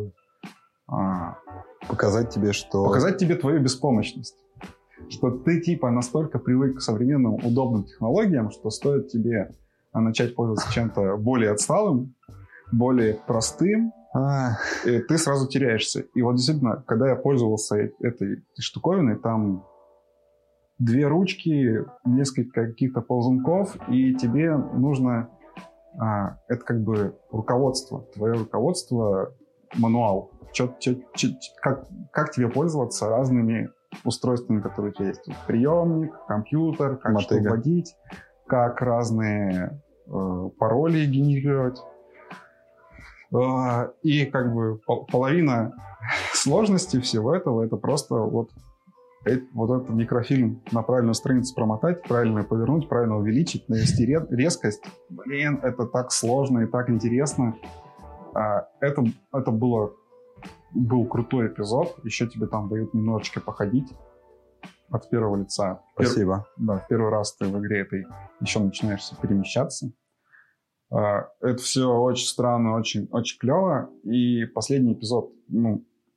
показать тебе твою беспомощность. Что ты, типа, настолько привык к современным удобным технологиям, что стоит тебе начать пользоваться чем-то более отсталым, более простым, и ты сразу теряешься. И вот действительно, когда я пользовался этой штуковиной, там 2 ручки, несколько каких-то ползунков, и тебе нужно... это как бы руководство, твое руководство, мануал. Как тебе пользоваться разными устройствами, которые у тебя есть. Приемник, компьютер, как что вводить, как разные пароли генерировать. И как бы половина сложности всего этого — это просто вот этот микрофильм на правильную страницу промотать, правильно повернуть, правильно увеличить, навести резкость. Блин, это так сложно и так интересно. Это был крутой эпизод. Еще тебе там дают немножечко походить от первого лица. Спасибо. В первый раз ты в игре этой еще начинаешь перемещаться. Это все очень странно, очень, очень клево. И последний эпизод,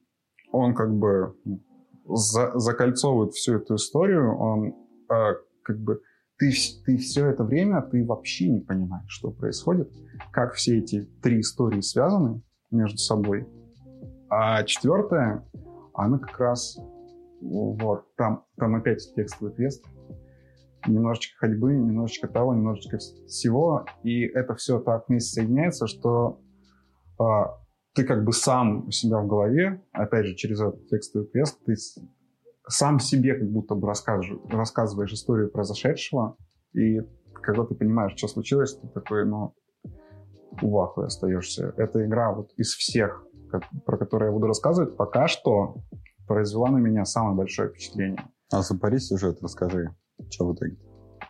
он как бы закольцовывает всю эту историю. Он как бы ты все это время ты вообще не понимаешь, что происходит, как все эти 3 истории связаны между собой. А 4-я, она как раз вот там опять текстовый квест, немножечко ходьбы, немножечко того, немножечко всего, и это все так вместе соединяется, что ты как бы сам у себя в голове, опять же, через этот текстовый квест, ты сам себе как будто бы рассказываешь историю произошедшего, и когда ты понимаешь, что случилось, ты такой, в ахуе остаешься. Эта игра вот из всех, про которые я буду рассказывать, пока что произвела на меня самое большое впечатление. А запари сюжет, расскажи, что в итоге.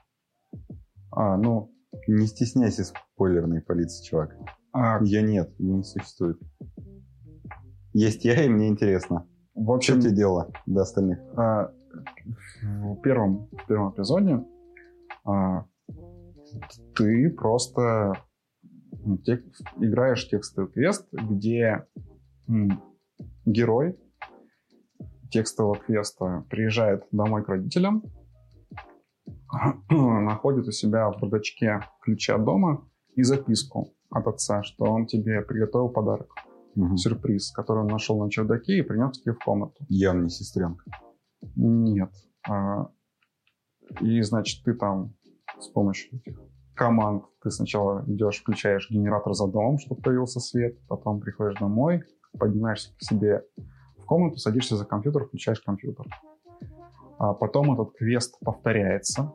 Не стесняйся спойлерной полиции, чувак. Ее нет, ее не существует. Есть я, и мне интересно. В общем, что тебе дело до остальных? В первом эпизоде ты просто играешь текстовый квест, где герой текстового квеста приезжает домой к родителям, находит у себя в бардачке ключи от дома и записку от отца, что он тебе приготовил подарок. Сюрприз, который он нашел на чердаке и принес тебе в комнату. Явно не сестренка. Нет. И, значит, ты там с помощью этих команд ты сначала идешь, включаешь генератор за домом, чтобы появился свет, потом приходишь домой, поднимаешься к себе в комнату, садишься за компьютер, включаешь компьютер. А потом этот квест повторяется.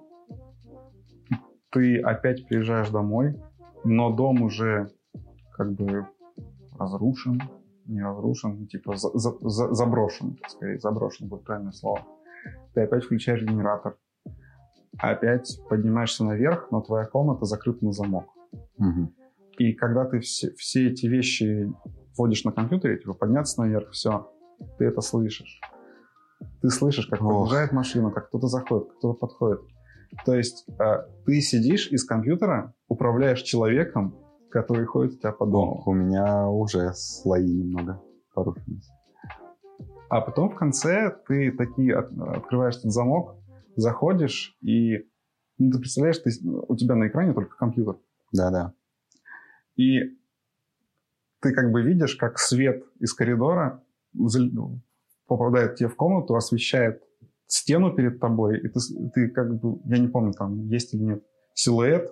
Ты опять приезжаешь домой, но дом уже как бы разрушен, не разрушен, типа заброшен, скорее, заброшен будет правильное слово. Ты опять включаешь генератор, опять поднимаешься наверх, но твоя комната закрыта на замок. И когда ты все эти вещи вводишь на компьютере, типа подняться наверх, все, ты это слышишь. Ты слышишь, как подъезжает машина, как кто-то заходит, как кто-то подходит. То есть ты сидишь из компьютера, управляешь человеком, который ходит у тебя по дому. У меня уже слои немного порушились. А потом в конце ты открываешь этот замок, заходишь, и ты представляешь, у тебя на экране только компьютер. Да. И ты как бы видишь, как свет из коридора попадает тебе в комнату, освещает стену перед тобой, и ты как бы, я не помню, там есть или нет, силуэт.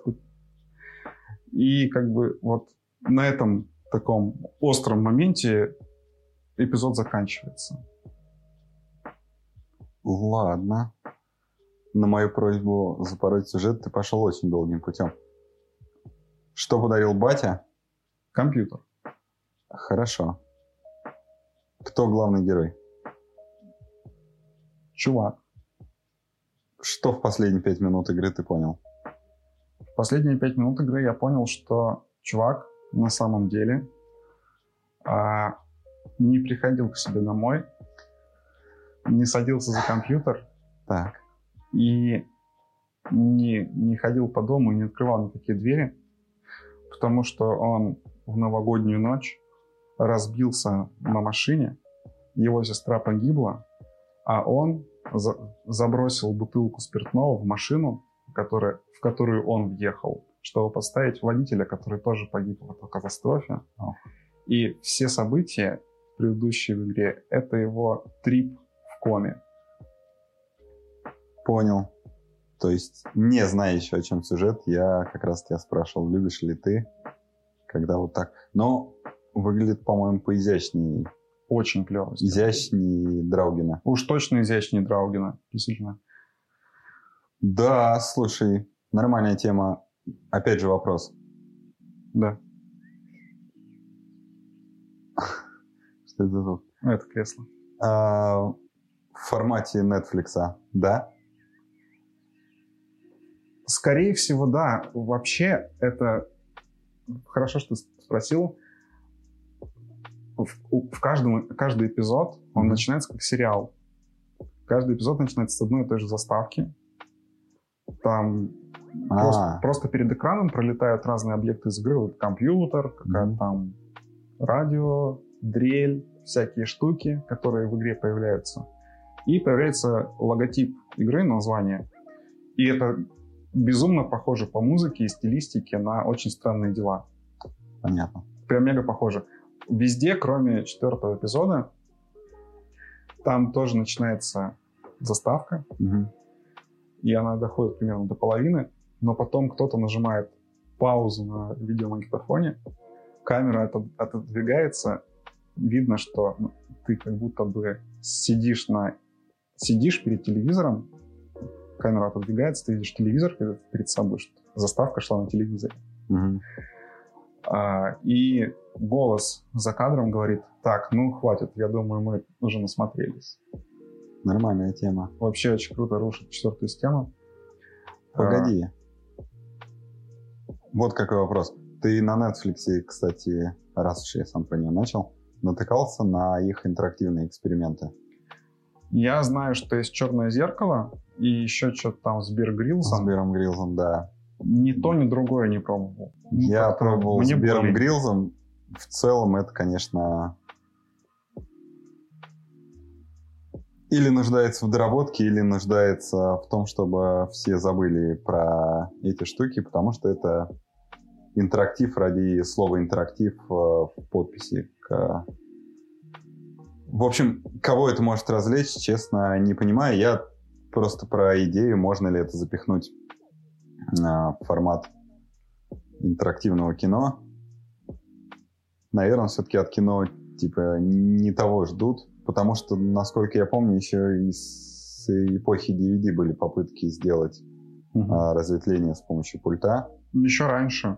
И как бы вот на этом таком остром моменте эпизод заканчивается. Ладно. На мою просьбу запороть сюжет ты пошел очень долгим путем. Что подарил батя? Компьютер. Хорошо. Кто главный герой? Чувак. Что в последние 5 минут игры ты понял? В последние 5 минут игры я понял, что чувак на самом деле не приходил к себе домой, не садился за компьютер, так, и не ходил по дому, не открывал никакие двери, потому что он в новогоднюю ночь разбился на машине, его сестра погибла, а он забросил бутылку спиртного в машину, в которую он въехал, чтобы подставить водителя, который тоже погиб в этой катастрофе. И все события, предыдущие в игре, это его трип в коме. Понял. То есть, не зная еще, о чем сюжет, я как раз тебя спрашивал, любишь ли ты, когда вот так. Но выглядит, по-моему, поизящнее. Очень клево. Изящнее Драугена. Уж точно изящнее Драугена, действительно. Да, слушай, нормальная тема. Опять же вопрос. Да. Что это за звук? Это кресло. В формате Netflix, да? Скорее всего, да. Вообще, это... Хорошо, что ты спросил. Каждый эпизод, он начинается как сериал. Каждый эпизод начинается с одной и той же заставки. Там просто перед экраном пролетают разные объекты из игры. Вот компьютер, какая-то там радио, дрель, всякие штуки, которые в игре появляются. И появляется логотип игры, название. И это безумно похоже по музыке и стилистике на «Очень странные дела». Понятно. Прям мега похоже. Везде, кроме 4-го эпизода, там тоже начинается заставка, и она доходит примерно до половины, но потом кто-то нажимает паузу на видеомагнитофоне, камера отодвигается, видно, что ты как будто бы сидишь перед телевизором, камера отодвигается, ты видишь телевизор перед собой, что заставка шла на телевизоре. И голос за кадром говорит: так, ну хватит, я думаю, мы уже насмотрелись. Нормальная тема. Вообще очень круто рушит 4-ю стену. Погоди. Вот какой вопрос. Ты на Netflix, кстати, раз уж я сам про нее начал, натыкался на их интерактивные эксперименты? Я знаю, что есть «Черное зеркало» и еще что-то там с Бир Гриллсом. С Биром Гриллсом, да. Ни то, ни другое не пробовал. Я пробовал с Биром более... Гриллсом. В целом это, конечно, или нуждается в доработке, или нуждается в том, чтобы все забыли про эти штуки, потому что это интерактив ради слова «интерактив» в подписи. В общем, кого это может развлечь, честно, не понимаю. Я просто про идею, можно ли это запихнуть в формат интерактивного кино. Наверное, все-таки от кино типа не того ждут, потому что, насколько я помню, еще и с эпохи DVD были попытки сделать разветвление с помощью пульта. Еще раньше.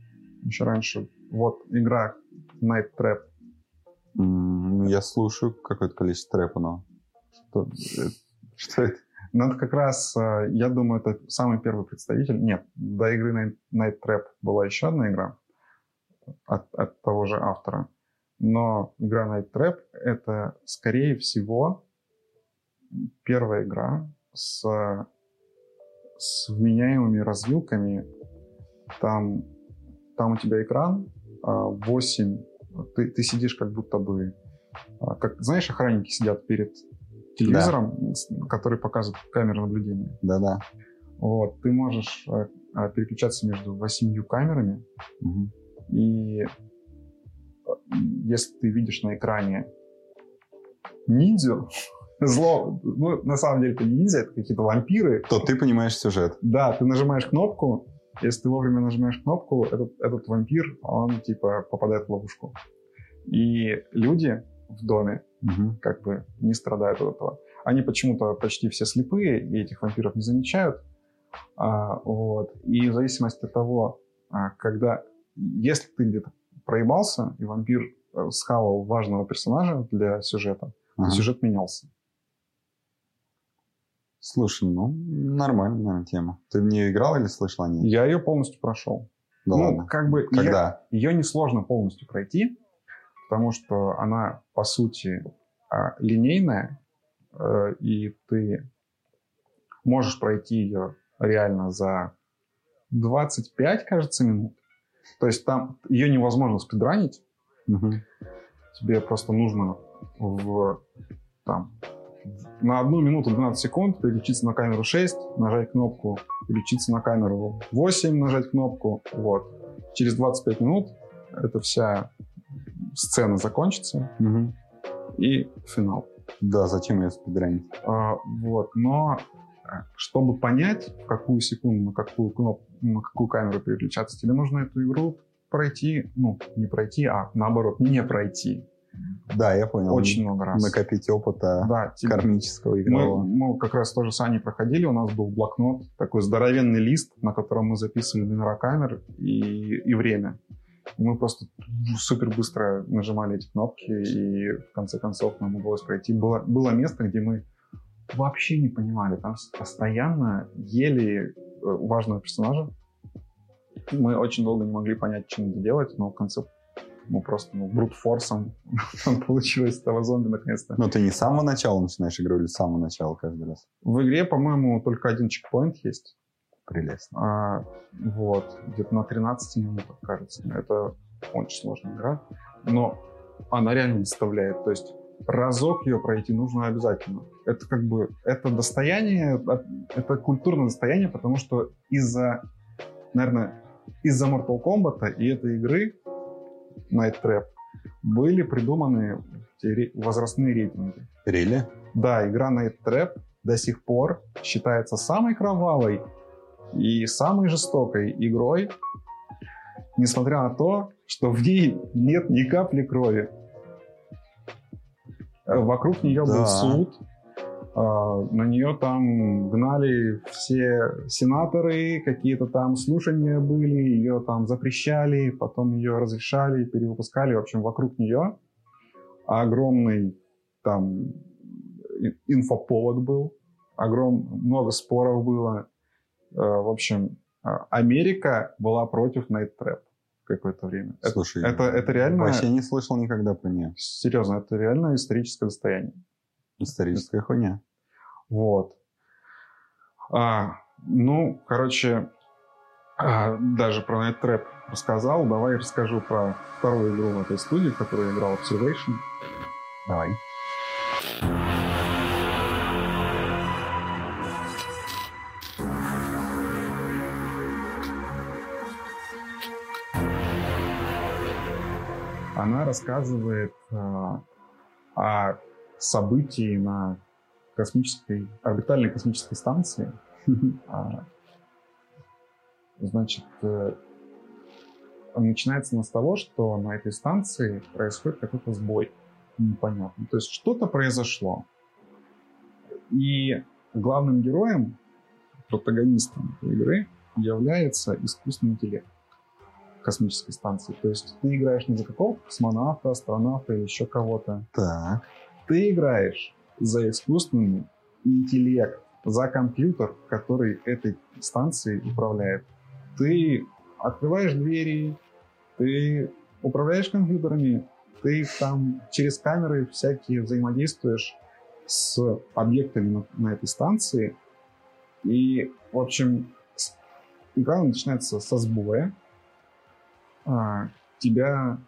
Вот игра Night Trap. Я слушаю какое-то количество трэпа, но что это? Ну, это как раз, я думаю, это самый первый представитель. Нет, до игры Night Trap была еще одна игра от того же автора. Но игра Night Trap — это, скорее всего, первая игра с вменяемыми развилками. Там у тебя экран 8. Ты сидишь как будто бы... Как, знаешь, охранники сидят перед телевизором, да, который показывает камеру наблюдения. Да-да. Вот, ты можешь переключаться между 8 камерами. И если ты видишь на экране ниндзю, зло, ну, на самом деле это не ниндзя, это какие-то вампиры, то ты понимаешь сюжет. Да, ты нажимаешь кнопку. Если ты вовремя нажимаешь кнопку, этот вампир, он типа попадает в ловушку. И люди в доме как бы не страдают от этого. Они почему-то почти все слепые, и этих вампиров не замечают. Вот. И в зависимости от того, если ты где-то проебался, и вампир схавал важного персонажа для сюжета, то сюжет менялся. Слушай, ну, нормальная тема. Ты в нее играл или слышал о ней? Я ее полностью прошел. Да ладно. Как бы когда? Ее несложно полностью пройти, потому что она, по сути, линейная, и ты можешь пройти ее реально за 25, кажется, минут. То есть там ее невозможно спидранить. Тебе просто нужно на 1 минуту 12 секунд переключиться на камеру 6, нажать кнопку, переключиться на камеру 8, нажать кнопку. Вот. Через 25 минут эта вся сцена закончится, и финал. Да, зачем ее спидранить? Вот. Но чтобы понять, в какую секунду, на какую кнопку, на какую камеру переключаться, тебе нужно эту игру пройти, не пройти, а наоборот, не пройти. Да, я понял. Очень много раз. Накопить опыта кармического игрового. Мы как раз тоже с Аней проходили, у нас был блокнот, такой здоровенный лист, на котором мы записывали номера камер и время. И мы просто супер быстро нажимали эти кнопки, и в конце концов нам удалось пройти. Было место, где мы вообще не понимали, там постоянно ели важного персонажа. Мы очень долго не могли понять, что надо делать, но в конце просто брутфорсом получилось этого зомби наконец-то. Но ты не с самого начала начинаешь игру или с самого начала каждый раз? В игре, по-моему, только один чекпоинт есть. Прелестно. Вот. Где-то на 13 минутах, кажется. Это очень сложная игра. Но она реально доставляет. То есть разок ее пройти нужно обязательно. Это как бы, это достояние, это культурное достояние, потому что наверное, из-за Mortal Kombat и этой игры Night Trap были придуманы возрастные рейтинги. Really? Да, игра Night Trap до сих пор считается самой кровавой и самой жестокой игрой, несмотря на то, что в ней нет ни капли крови. Вокруг нее был суд, на нее там гнали все сенаторы, какие-то там слушания были, ее там запрещали, потом ее разрешали, перевыпускали. В общем, вокруг нее огромный там инфоповод был, много споров было. В общем, Америка была против Night Trap какое-то время. Слушай, это реально... Вообще не слышал никогда про нее. Серьезно, это реально историческое достояние. Историческая хуйня. Вот. Короче, даже про Night Trap рассказал. Давай я расскажу про вторую игру в этой студии, в которой я играл, Observation. Давай. Она рассказывает о событии на орбитальной космической станции. Значит, начинается она с того, что на этой станции происходит какой-то сбой. Непонятно. То есть что-то произошло. И главным героем, протагонистом этой игры является искусственный интеллект космической станции. То есть ты играешь не за какого-то космонавта, астронавта или еще кого-то. Так. Ты играешь за искусственный интеллект, за компьютер, который этой станцией управляет. Ты открываешь двери, ты управляешь компьютерами, ты там через камеры всякие взаимодействуешь с объектами на этой станции. И, в общем, игра начинается со сбоя. Тебя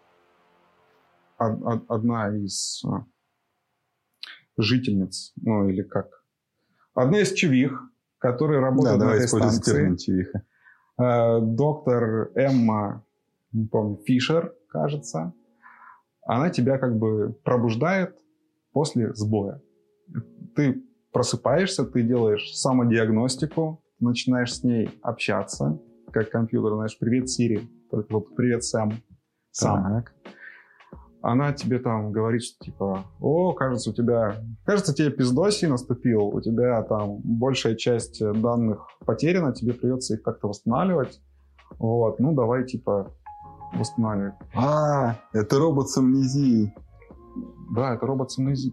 одна из жительниц, или как? Одна из чувих, которые работают на этой станции. Доктор Эмма, не помню, Фишер, кажется. Она тебя как бы пробуждает после сбоя. Ты просыпаешься, ты делаешь самодиагностику, начинаешь с ней общаться, как компьютер, знаешь, привет, Сири, только вот привет, Сэм. Так. Она тебе там говорит, что типа, кажется, тебе пиздоси наступил, у тебя там большая часть данных потеряна, тебе придется их как-то восстанавливать. Вот, давай, типа, восстанавливай. Это робот с амнезией. Да, это робот с амнезией.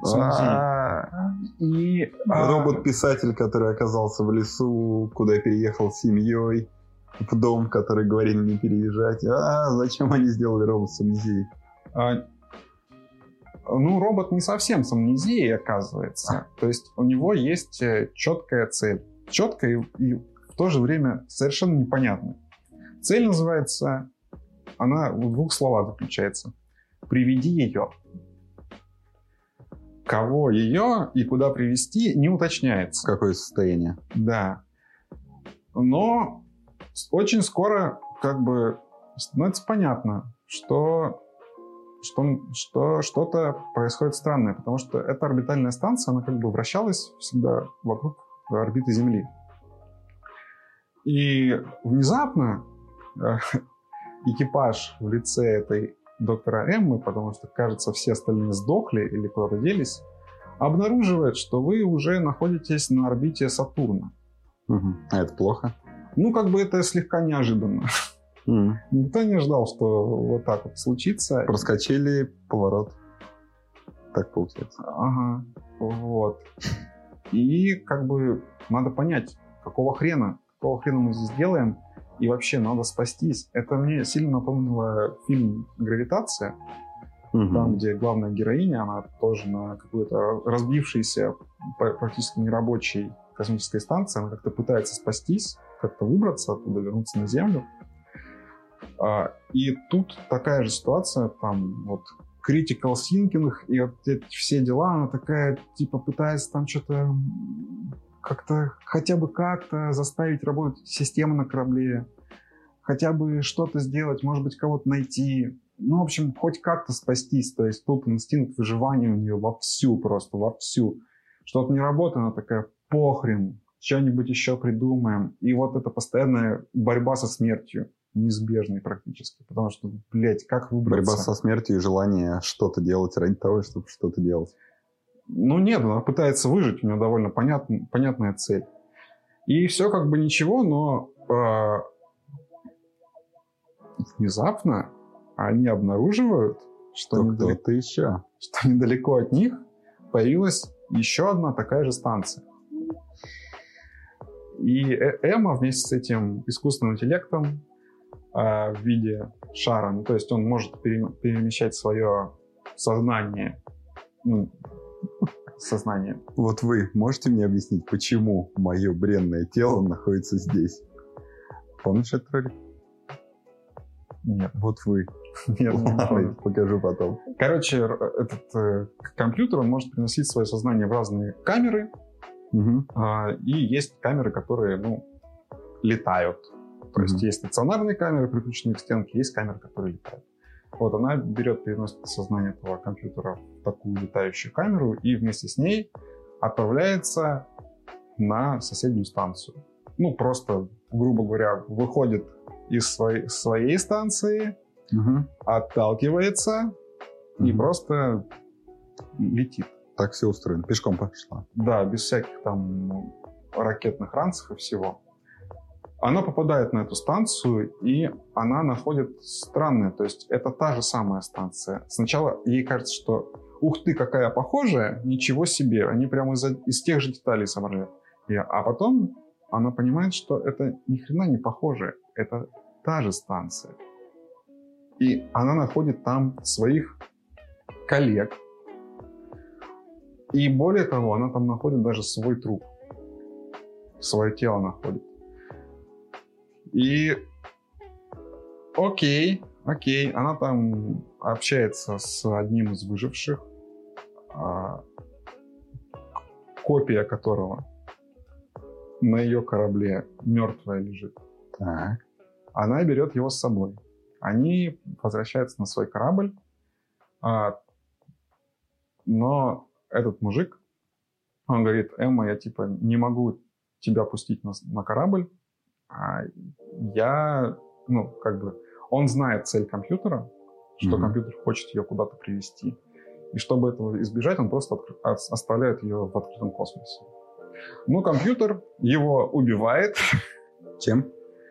И робот-писатель, который оказался в лесу, куда переехал с семьей, в дом, который говорили не переезжать. Зачем они сделали робот с амнезией? Робот не совсем с амнезией, оказывается. То есть у него есть четкая цель. Четкая и в то же время совершенно непонятная. Цель называется, она в 2 словах заключается. Приведи ее. Кого ее и куда привести, не уточняется. Какое состояние? Да. Но очень скоро как бы становится понятно, что что-то происходит странное, потому что эта орбитальная станция, она как бы вращалась всегда вокруг орбиты Земли. И внезапно экипаж в лице этой доктора Эммы, потому что, кажется, все остальные сдохли или куда-то делись, обнаруживает, что вы уже находитесь на орбите Сатурна. А это плохо? Это слегка неожиданно. Никто не ждал, что вот так вот случится. Проскочили поворот. Так получается. Ага, вот. И как бы надо понять, какого хрена мы здесь делаем, и вообще надо спастись. Это мне сильно напомнило фильм «Гравитация», там, где главная героиня, она тоже на какой-то разбившейся, практически нерабочей космической станции, она как-то пытается спастись, как-то выбраться оттуда, вернуться на Землю. И тут такая же ситуация, там вот critical thinking и вот эти все дела, она такая, типа, пытается там что-то как-то, хотя бы как-то заставить работать систему на корабле, хотя бы что-то сделать, может быть, кого-то найти. Ну, в общем, хоть как-то спастись. То есть тут инстинкт выживания у нее вовсю, просто вовсю. Что-то не работает, она такая, похрен, что-нибудь еще придумаем. И вот эта постоянная борьба со смертью, неизбежной практически. Потому что, блядь, как выбраться? Борьба со смертью и желание что-то делать ради того, чтобы что-то делать. Ну нет, она пытается выжить, у нее довольно понятная цель. И все как бы ничего, но внезапно они обнаруживают, что недалеко от них появилась еще одна такая же станция. И Эмма вместе с этим искусственным интеллектом в виде шара, ну, то есть он может перемещать свое сознание, сознание. Вот вы можете мне объяснить, почему мое бренное тело находится здесь? Помнишь этот ролик? Нет. Вот вы. Нет, ладно, покажу потом. Короче, этот компьютер, он может переносить свое сознание в разные камеры. И есть камеры, которые, летают. То есть есть стационарные камеры, прикрученные к стенке, есть камеры, которые летают. Вот она переносит сознание этого компьютера в такую летающую камеру и вместе с ней отправляется на соседнюю станцию. Ну, просто, грубо говоря, выходит из своей станции, отталкивается и просто летит. Так все устроено. Пешком пошла. Да, без всяких там ракетных ранцев и всего. Она попадает на эту станцию, и она находит странное. То есть это та же самая станция. Сначала ей кажется, что ух ты, какая похожая, ничего себе. Они прямо из тех же деталей собрали. А потом она понимает, что это ни хрена не похоже. Это та же станция. И она находит там своих коллег. И более того, она там находит даже свой труп. Свое тело находит. И окей, она там общается с одним из выживших, копия которого на ее корабле мертвая лежит. Так. Она берет его с собой. Они возвращаются на свой корабль, но этот мужик, он говорит: Эмма, я типа не могу тебя пустить на корабль. Он знает цель компьютера, что компьютер хочет ее куда-то привести. И чтобы этого избежать, он просто оставляет ее в открытом космосе. Но компьютер его убивает. Чем?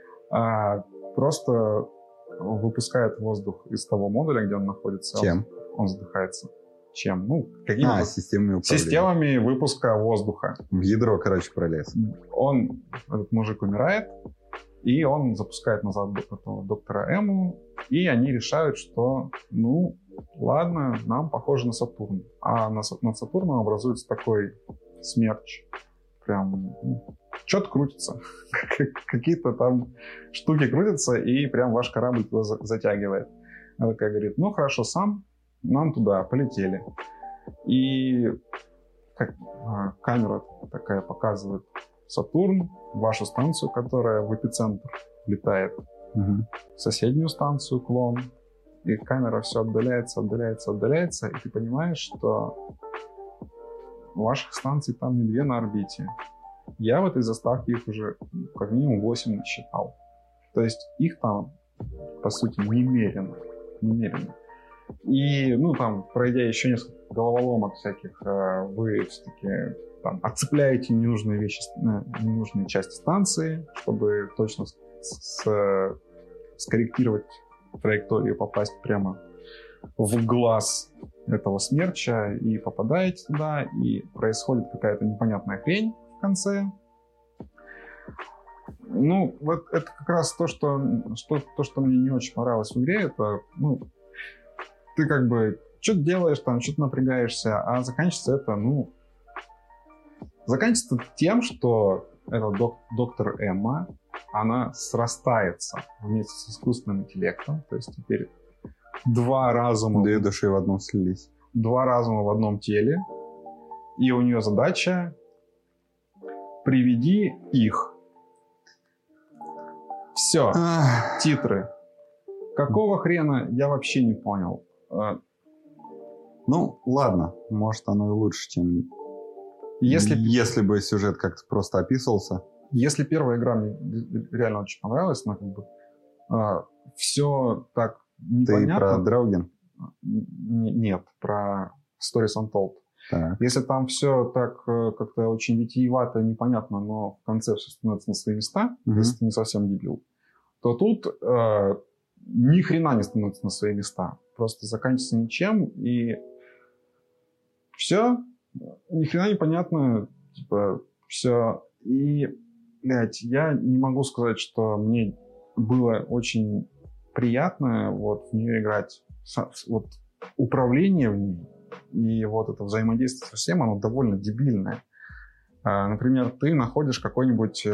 Просто выпускает воздух из того модуля, где он находится. Чем? Он задыхается. Чем? Какими-то системами управления. Системами выпуска воздуха. В ядро, пролез. Этот мужик умирает, и он запускает назад этого доктора Эмму, и они решают, что, ладно, нам похоже на Сатурн. А над Сатурном образуется такой смерч. Прям что-то крутится. Какие-то там штуки крутятся, и прям ваш корабль туда затягивает. Она такая говорит: хорошо, сам, нам туда, полетели. И камера такая показывает Сатурн, вашу станцию, которая в эпицентр летает, соседнюю станцию, клон. И камера все отдаляется, и ты понимаешь, что ваших станций там не 2 на орбите. Я в этой заставке их уже как минимум 8 насчитал. То есть их там, по сути, немерено. И, там, пройдя еще несколько головоломок всяких, вы все-таки там отцепляете ненужные части станции, чтобы точно скорректировать траекторию, попасть прямо в глаз этого смерча, и попадаете туда, и происходит какая-то непонятная хрень в конце. Вот это как раз то, что мне не очень понравилось в игре. Это, ты как бы что-то делаешь там, что-то напрягаешься, а заканчивается тем, что эта доктор Эмма, она срастается вместе с искусственным интеллектом. То есть теперь два разума. Две души в одном слились. Два разума в одном теле. И у нее задача приведи их. Все. Титры. Какого хрена, я вообще не понял. Ну, ладно. Может, оно и лучше, чем... Если бы сюжет как-то просто описывался. Если первая игра мне реально очень понравилась, но как бы все так непонятно. Ты про Драуген? Нет, про Stories Untold. Так. Если там все так как-то очень витиевато, непонятно, но в конце все становится на свои места, если ты не совсем дебил, то тут ни хрена не становится на свои места. Просто заканчивается ничем, и все, ни хрена непонятно, типа, все. И, блядь, я не могу сказать, что мне было очень приятно вот в нее играть. Вот управление в ней и вот это взаимодействие со всем, оно довольно дебильное. Например, ты находишь какой-нибудь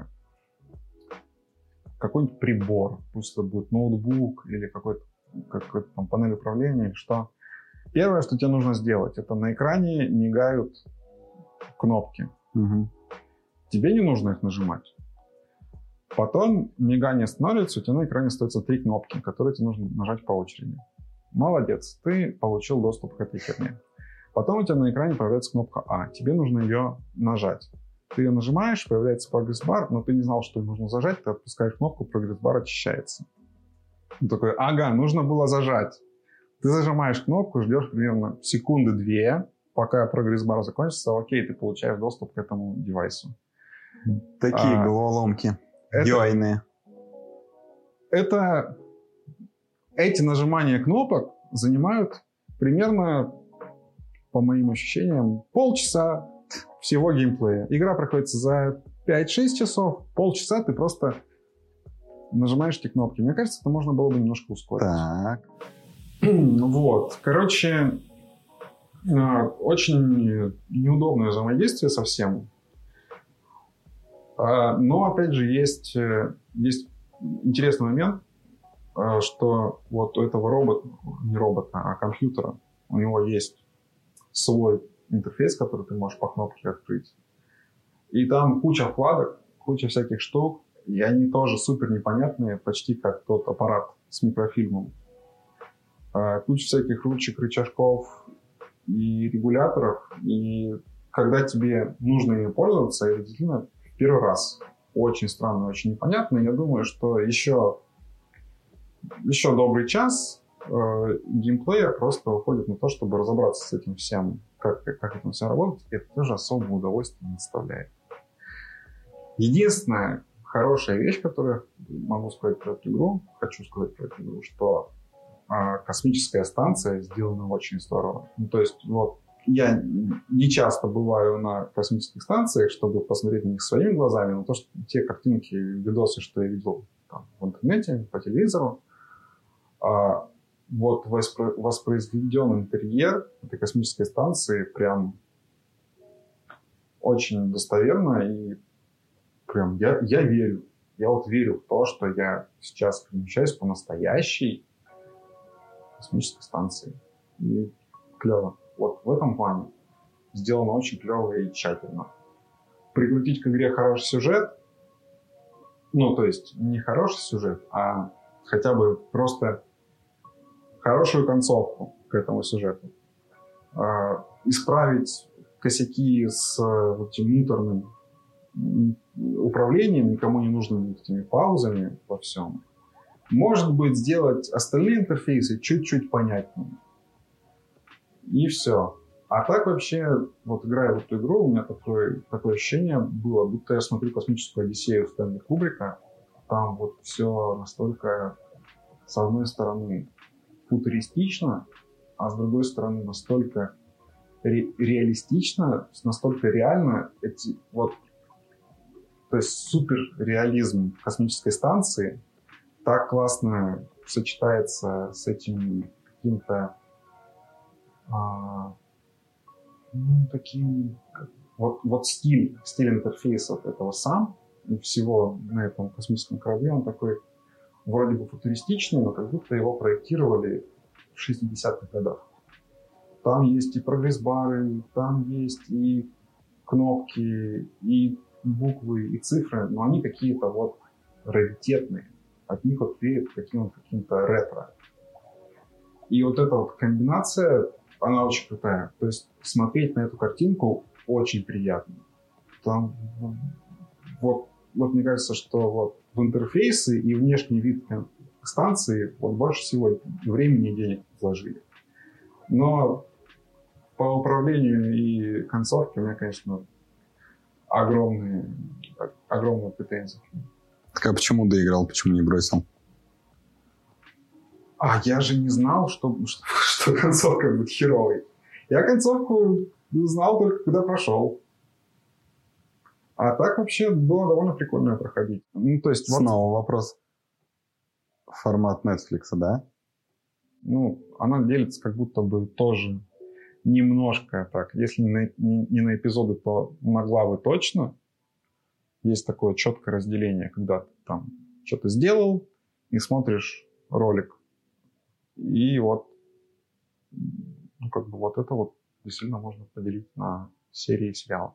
прибор, пусть это будет ноутбук или какой-то там панель управления, или что. Первое, что тебе нужно сделать, это на экране мигают кнопки. Угу. Тебе не нужно их нажимать. Потом мигание становится, у тебя на экране остаются 3 кнопки, которые тебе нужно нажать по очереди. Молодец, ты получил доступ к этой херне. Потом у тебя на экране появляется кнопка А, тебе нужно ее нажать. Ты ее нажимаешь, появляется прогресс-бар, но ты не знал, что ее нужно зажать, ты отпускаешь кнопку, прогресс-бар очищается. Он такой, ага, нужно было зажать. Ты зажимаешь кнопку, ждешь примерно секунды-2, пока прогресс-бар закончится, окей, ты получаешь доступ к этому девайсу. Такие головоломки. UI-ные. Эти нажимания кнопок занимают примерно, по моим ощущениям, полчаса всего геймплея. Игра проходится за 5-6 часов, полчаса ты просто нажимаешь эти кнопки. Мне кажется, это можно было бы немножко ускорить. Так. Вот. Короче, очень неудобное взаимодействие со всем. Но, опять же, есть интересный момент, что вот у этого не робота, а компьютера, у него есть свой интерфейс, который ты можешь по кнопке открыть. И там куча вкладок, куча всяких штук, и они тоже супер непонятные, почти как тот аппарат с микрофильмом. Куча всяких ручек, рычажков и регуляторов. И когда тебе нужно ими пользоваться, это действительно в первый раз очень странно, очень непонятно. Я думаю, что еще добрый час геймплея просто уходит на то, чтобы разобраться с этим всем, как это все работает. И это тоже особого удовольствия не доставляет. Единственная хорошая вещь, которую могу сказать про эту игру, что космическая станция сделана очень здорово. Ну, то есть, вот, я не часто бываю на космических станциях, чтобы посмотреть на них своими глазами, но то, что те картинки, видосы, что я видел там, в интернете, по телевизору, вот воспроизведен интерьер этой космической станции прям очень достоверно, и прям я верю. Я вот верю в то, что я сейчас перемещаюсь по настоящей космической станции. И клево. Вот в этом плане сделано очень клево и тщательно. Прикрутить к игре хороший сюжет, ну, то есть не хороший сюжет, а хотя бы просто хорошую концовку к этому сюжету. Исправить косяки с этим муторным управлением, никому не нужными этими паузами во всем. Может быть, сделать остальные интерфейсы чуть-чуть понятнее. И все. А так вообще, вот играя в эту игру, у меня такое ощущение было, будто я смотрю «Космическую Одиссею» Стэнли Кубрика. Там вот все настолько, с одной стороны, футуристично, а с другой стороны, настолько реалистично, настолько реально. То есть суперреализм космической станции так классно сочетается с этим каким-то таким вот стиль интерфейсов этого сам и всего на этом космическом корабле, он такой вроде бы футуристичный, но как будто его проектировали в 60-х годах. Там есть и прогресс-бары, там есть и кнопки, и буквы, и цифры, но они какие-то вот раритетные. От них вот веет каким-то ретро. И вот эта вот комбинация, она очень крутая. То есть смотреть на эту картинку очень приятно. Там вот мне кажется, что вот в интерфейсы и внешний вид станции вот больше всего времени и денег вложили. Но по управлению и концовке у меня, конечно, огромные претензии. Так а почему доиграл, почему не бросил? А я же не знал, что концовка будет херовой. Я концовку знал только когда прошел. А так вообще было довольно прикольно проходить. Ну, то есть снова вопрос. Формат Netflix, да? Ну, она делится как будто бы тоже немножко так. Если не на эпизоды, то на главы точно. Есть такое четкое разделение, когда ты там что-то сделал и смотришь ролик. И вот, ну, как бы вот это вот действительно можно поделить на серии и сериалы.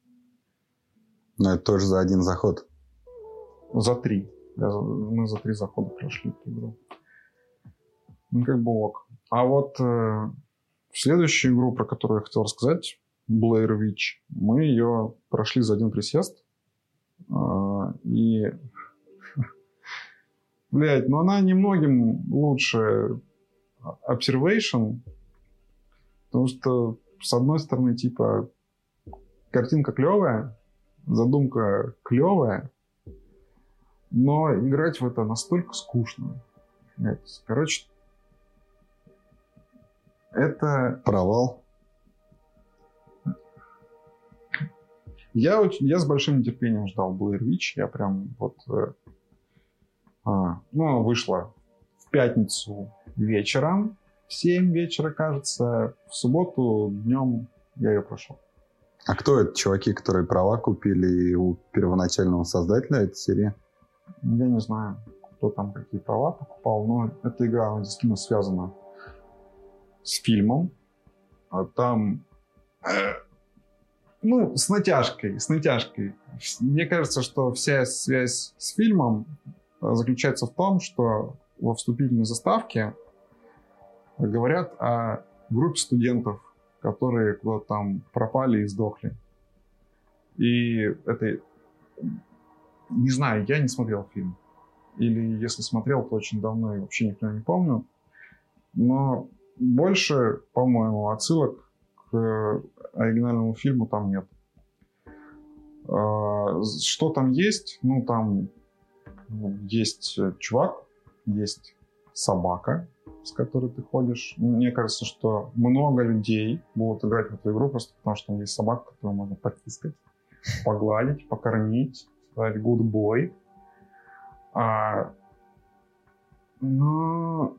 Но это тоже за один заход. За 3. Мы за 3 захода прошли эту игру. Ну, как бы ок. А вот следующую игру, про которую я хотел рассказать, Blair Witch, мы ее прошли за один присест. И, блядь, ну она немногим лучше Observation, потому что, с одной стороны, типа, картинка клевая, задумка клевая, но играть в это настолько скучно. Короче, это... Провал. Я с большим нетерпением ждал Blair Witch. Я прям вот... она вышла в пятницу вечером, в 7 вечера, кажется. В субботу днем я ее прошел. А кто это чуваки, которые права купили у первоначального создателя этой серии? Я не знаю, кто там какие права покупал, но эта игра, она действительно связана с фильмом. А там... Ну, с натяжкой. Мне кажется, что вся связь с фильмом заключается в том, что во вступительной заставке говорят о группе студентов, которые куда-то там пропали и сдохли. И это... Не знаю, я не смотрел фильм. Или если смотрел, то очень давно и вообще никто не помню. Но больше, по-моему, отсылок к оригинальному фильму там нет. Что там есть? Ну, там есть чувак, есть собака, с которой ты ходишь. Мне кажется, что много людей будут играть в эту игру просто потому, что там есть собака, которую можно потискать, погладить, покормить, сказать good boy. Но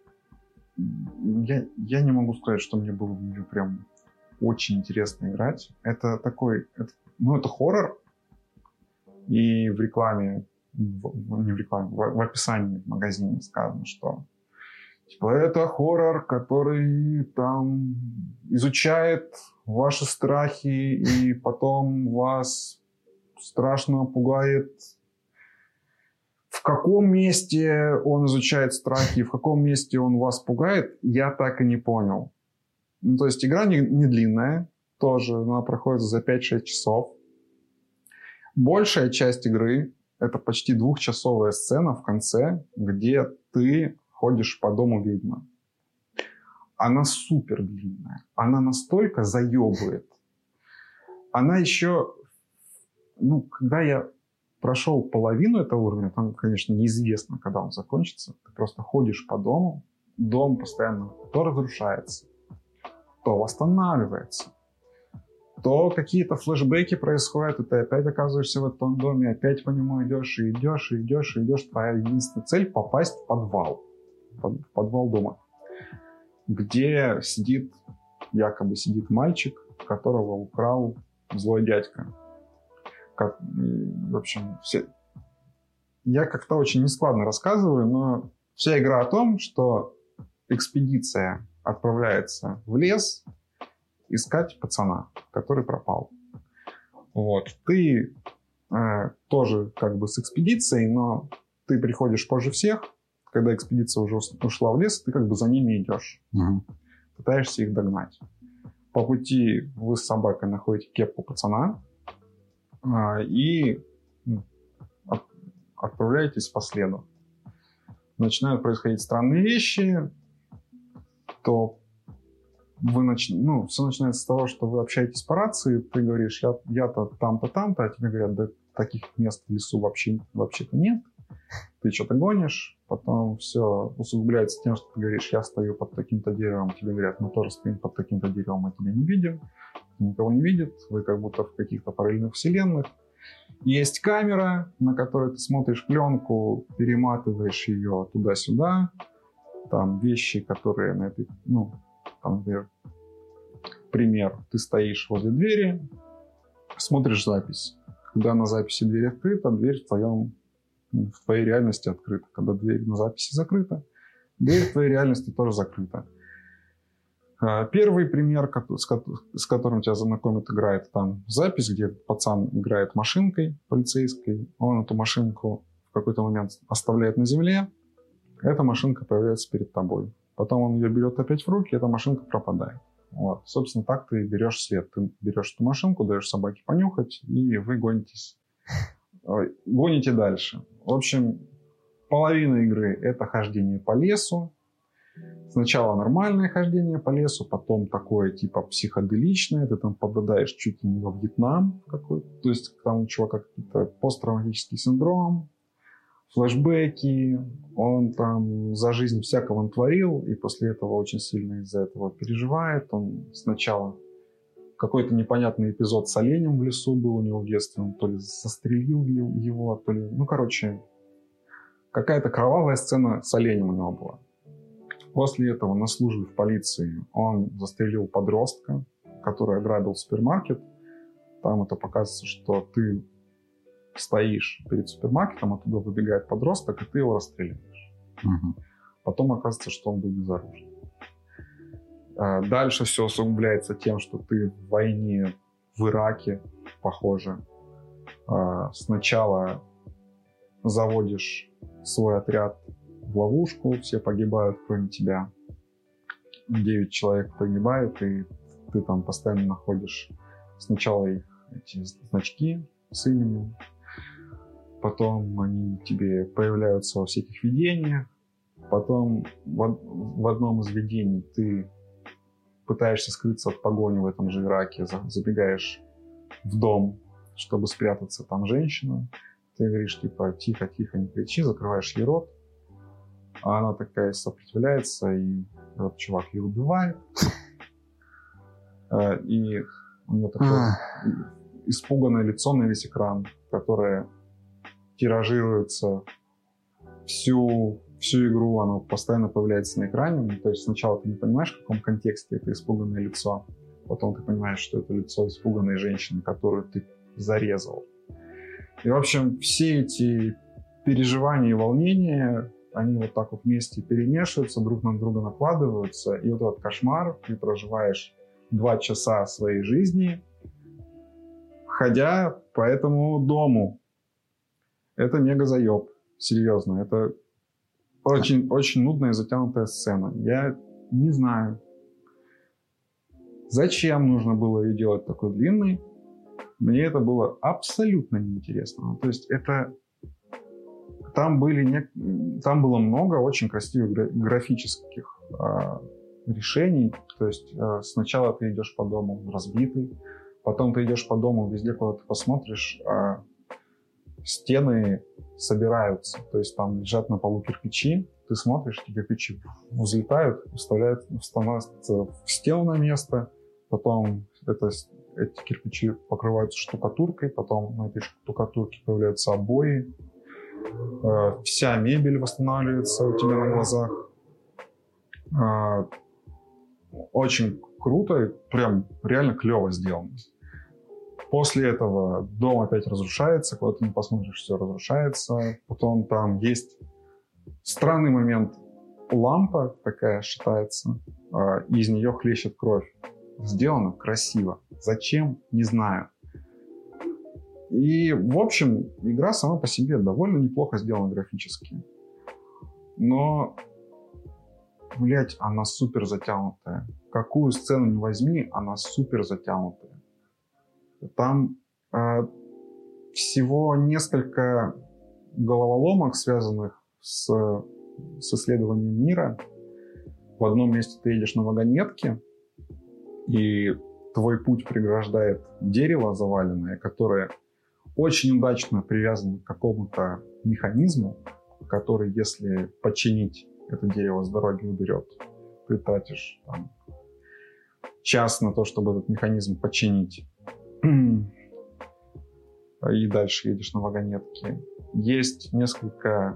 я не могу сказать, что мне было в нее прям очень интересно играть. Это такой... это хоррор. И в рекламе... не в рекламе, в описании в магазине сказано, что типа, это хоррор, который там изучает ваши страхи и потом вас страшно пугает. В каком месте он изучает страхи, в каком месте он вас пугает, я так и не понял. Ну, то есть игра не длинная, тоже она проходит за 5-6 часов. Большая часть игры — это почти 2-часовая сцена в конце, где ты ходишь по дому ведьмы. Она супер длинная. Она настолько заебывает. Она еще... Ну, когда я прошел половину этого уровня, там, конечно, неизвестно, когда он закончится. Ты просто ходишь по дому, дом постоянно то разрушается, то восстанавливается, то какие-то флешбеки происходят, и ты опять оказываешься в этом доме, опять по нему идешь. Твоя единственная цель — попасть в подвал. В подвал дома, где якобы сидит мальчик, которого украл злой дядька. В общем, я как-то очень нескладно рассказываю, но вся игра о том, что экспедиция отправляется в лес искать пацана, который пропал. Вот. Ты тоже как бы с экспедицией, но ты приходишь позже всех. Когда экспедиция уже ушла в лес, ты как бы за ними идешь. Пытаешься их догнать. По пути вы с собакой находите кепку пацана и отправляетесь по следу. Начинают происходить странные вещи, то все начинается с того, что вы общаетесь по рации, ты говоришь, я-то там-то, там-то, а тебе говорят, да таких мест в лесу вообще-то нет. Ты что-то гонишь, потом все усугубляется тем, что ты говоришь, я стою под таким-то деревом, тебе говорят, мы тоже стоим под таким-то деревом, мы тебя не видим, никого не видит, вы как будто в каких-то параллельных вселенных. Есть камера, на которой ты смотришь пленку, перематываешь ее туда-сюда, там вещи, которые на этой, там, например, пример, ты стоишь возле двери, смотришь запись. Когда на записи дверь открыта, дверь в твоей реальности открыта. Когда дверь на записи закрыта, дверь в твоей реальности тоже закрыта. Первый пример, с которым тебя знакомит, играет там запись, где пацан играет машинкой полицейской. Он эту машинку в какой-то момент оставляет на земле. Эта машинка появляется перед тобой. Потом он ее берет опять в руки, эта машинка пропадает. Вот. Собственно, так ты берешь след. Ты берешь эту машинку, даешь собаке понюхать, и вы гоните дальше. В общем, половина игры — это хождение по лесу. Сначала нормальное хождение по лесу, потом такое типа психоделичное. Ты там попадаешь чуть ли не во Вьетнам какой-то. То есть там у чувака какой-то посттравматический синдром, флешбеки. Он там за жизнь всякого натворил, и после этого очень сильно из-за этого переживает. Он сначала какой-то непонятный эпизод с оленем в лесу был у него в детстве. Он то ли застрелил его, то ли... какая-то кровавая сцена с оленем у него была. После этого на службе в полиции он застрелил подростка, который ограбил супермаркет. Там это показывается, что ты стоишь перед супермаркетом, оттуда выбегает подросток, и ты его расстреливаешь. Потом оказывается, что он был безоружен. Дальше все усугубляется тем, что ты в войне в Ираке, похоже. Сначала заводишь свой отряд в ловушку, все погибают, кроме тебя. 9 человек погибают, и ты там постоянно находишь сначала их эти значки с именем, потом они тебе появляются во всяких видениях, потом в одном из видений ты пытаешься скрыться от погони в этом же Ираке, забегаешь в дом, чтобы спрятаться, там женщина, ты говоришь типа тихо-тихо, не кричи, закрываешь ей рот, а она такая сопротивляется, и этот чувак ее убивает. И у нее такое испуганное лицо на весь экран, которое тиражируется всю игру, оно постоянно появляется на экране. То есть сначала ты не понимаешь, в каком контексте это испуганное лицо, потом ты понимаешь, что это лицо испуганной женщины, которую ты зарезал. И, в общем, все эти переживания и волнения, они вот так вот вместе перемешиваются, друг на друга накладываются, и вот этот кошмар, ты проживаешь 2 часа своей жизни, ходя по этому дому. Это мега заеб, серьезно, это очень, очень нудная и затянутая сцена. Я не знаю, зачем нужно было ее делать такой длинной. Мне это было абсолютно неинтересно. То есть это... Там было много очень красивых графических решений. То есть сначала ты идешь по дому разбитый, потом ты идешь по дому, везде, куда ты посмотришь, стены собираются. То есть там лежат на полу кирпичи, ты смотришь, эти кирпичи взлетают, становятся в стену на место, потом эти кирпичи покрываются штукатуркой, потом на этой штукатурке появляются обои, вся мебель восстанавливается у тебя на глазах. Очень круто, и прям реально клево сделано. После этого дом опять разрушается, куда ты не посмотришь, все разрушается. Потом там есть странный момент. лампа такая шатается, и из нее хлещет кровь. Сделано красиво. Зачем? Не знаю. И, в общем, игра сама по себе довольно неплохо сделана графически. Но, блять, она супер затянутая. Какую сцену не возьми, она супер затянутая. Там всего несколько головоломок, связанных с исследованием мира. В одном месте ты едешь на вагонетке, и твой путь преграждает дерево заваленное, которое очень удачно привязано к какому-то механизму, который, если починить это дерево с дороги уберет, ты тратишь там час на то, чтобы этот механизм починить. И дальше едешь на вагонетке. Есть несколько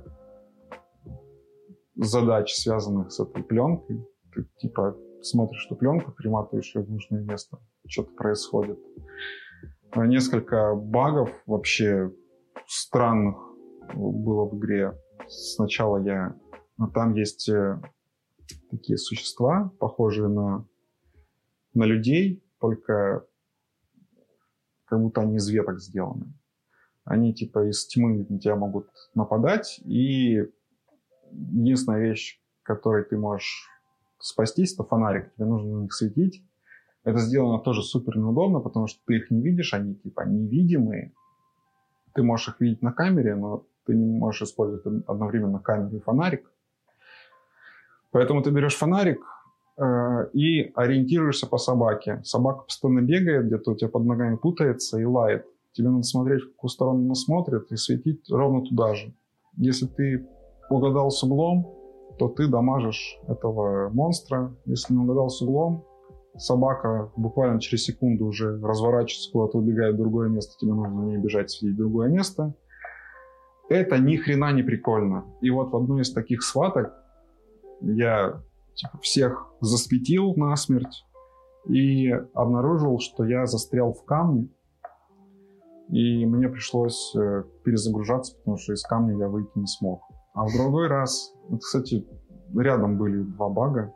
задач, связанных с этой пленкой. Ты типа смотришь эту пленку, приматываешь ее в нужное место, что-то происходит. Несколько багов вообще странных было в игре. Сначала там есть такие существа, похожие на людей, только как будто они из веток сделаны. Они типа из тьмы на тебя могут нападать, и единственная вещь, которой ты можешь спастись, это фонарик. Тебе нужно на них светить. Это сделано тоже супер неудобно, потому что ты их не видишь, они типа невидимые. Ты можешь их видеть на камере, но ты не можешь использовать одновременно камеру и фонарик. Поэтому ты берешь фонарик и ориентируешься по собаке. Собака постоянно бегает, где-то у тебя под ногами путается и лает. Тебе надо смотреть, в какую сторону она смотрит, и светить ровно туда же. Если ты угадал с углом, то ты дамажишь этого монстра. Если не угадал с углом, собака буквально через секунду уже разворачивается, куда-то убегает в другое место, тебе нужно на ней бежать, светить в другое место. Это ни хрена не прикольно. И вот в одной из таких схваток я типа всех засветил насмерть и обнаружил, что я застрял в камне. И мне пришлось перезагружаться, потому что из камня я выйти не смог. А в другой раз, кстати, рядом были два бага.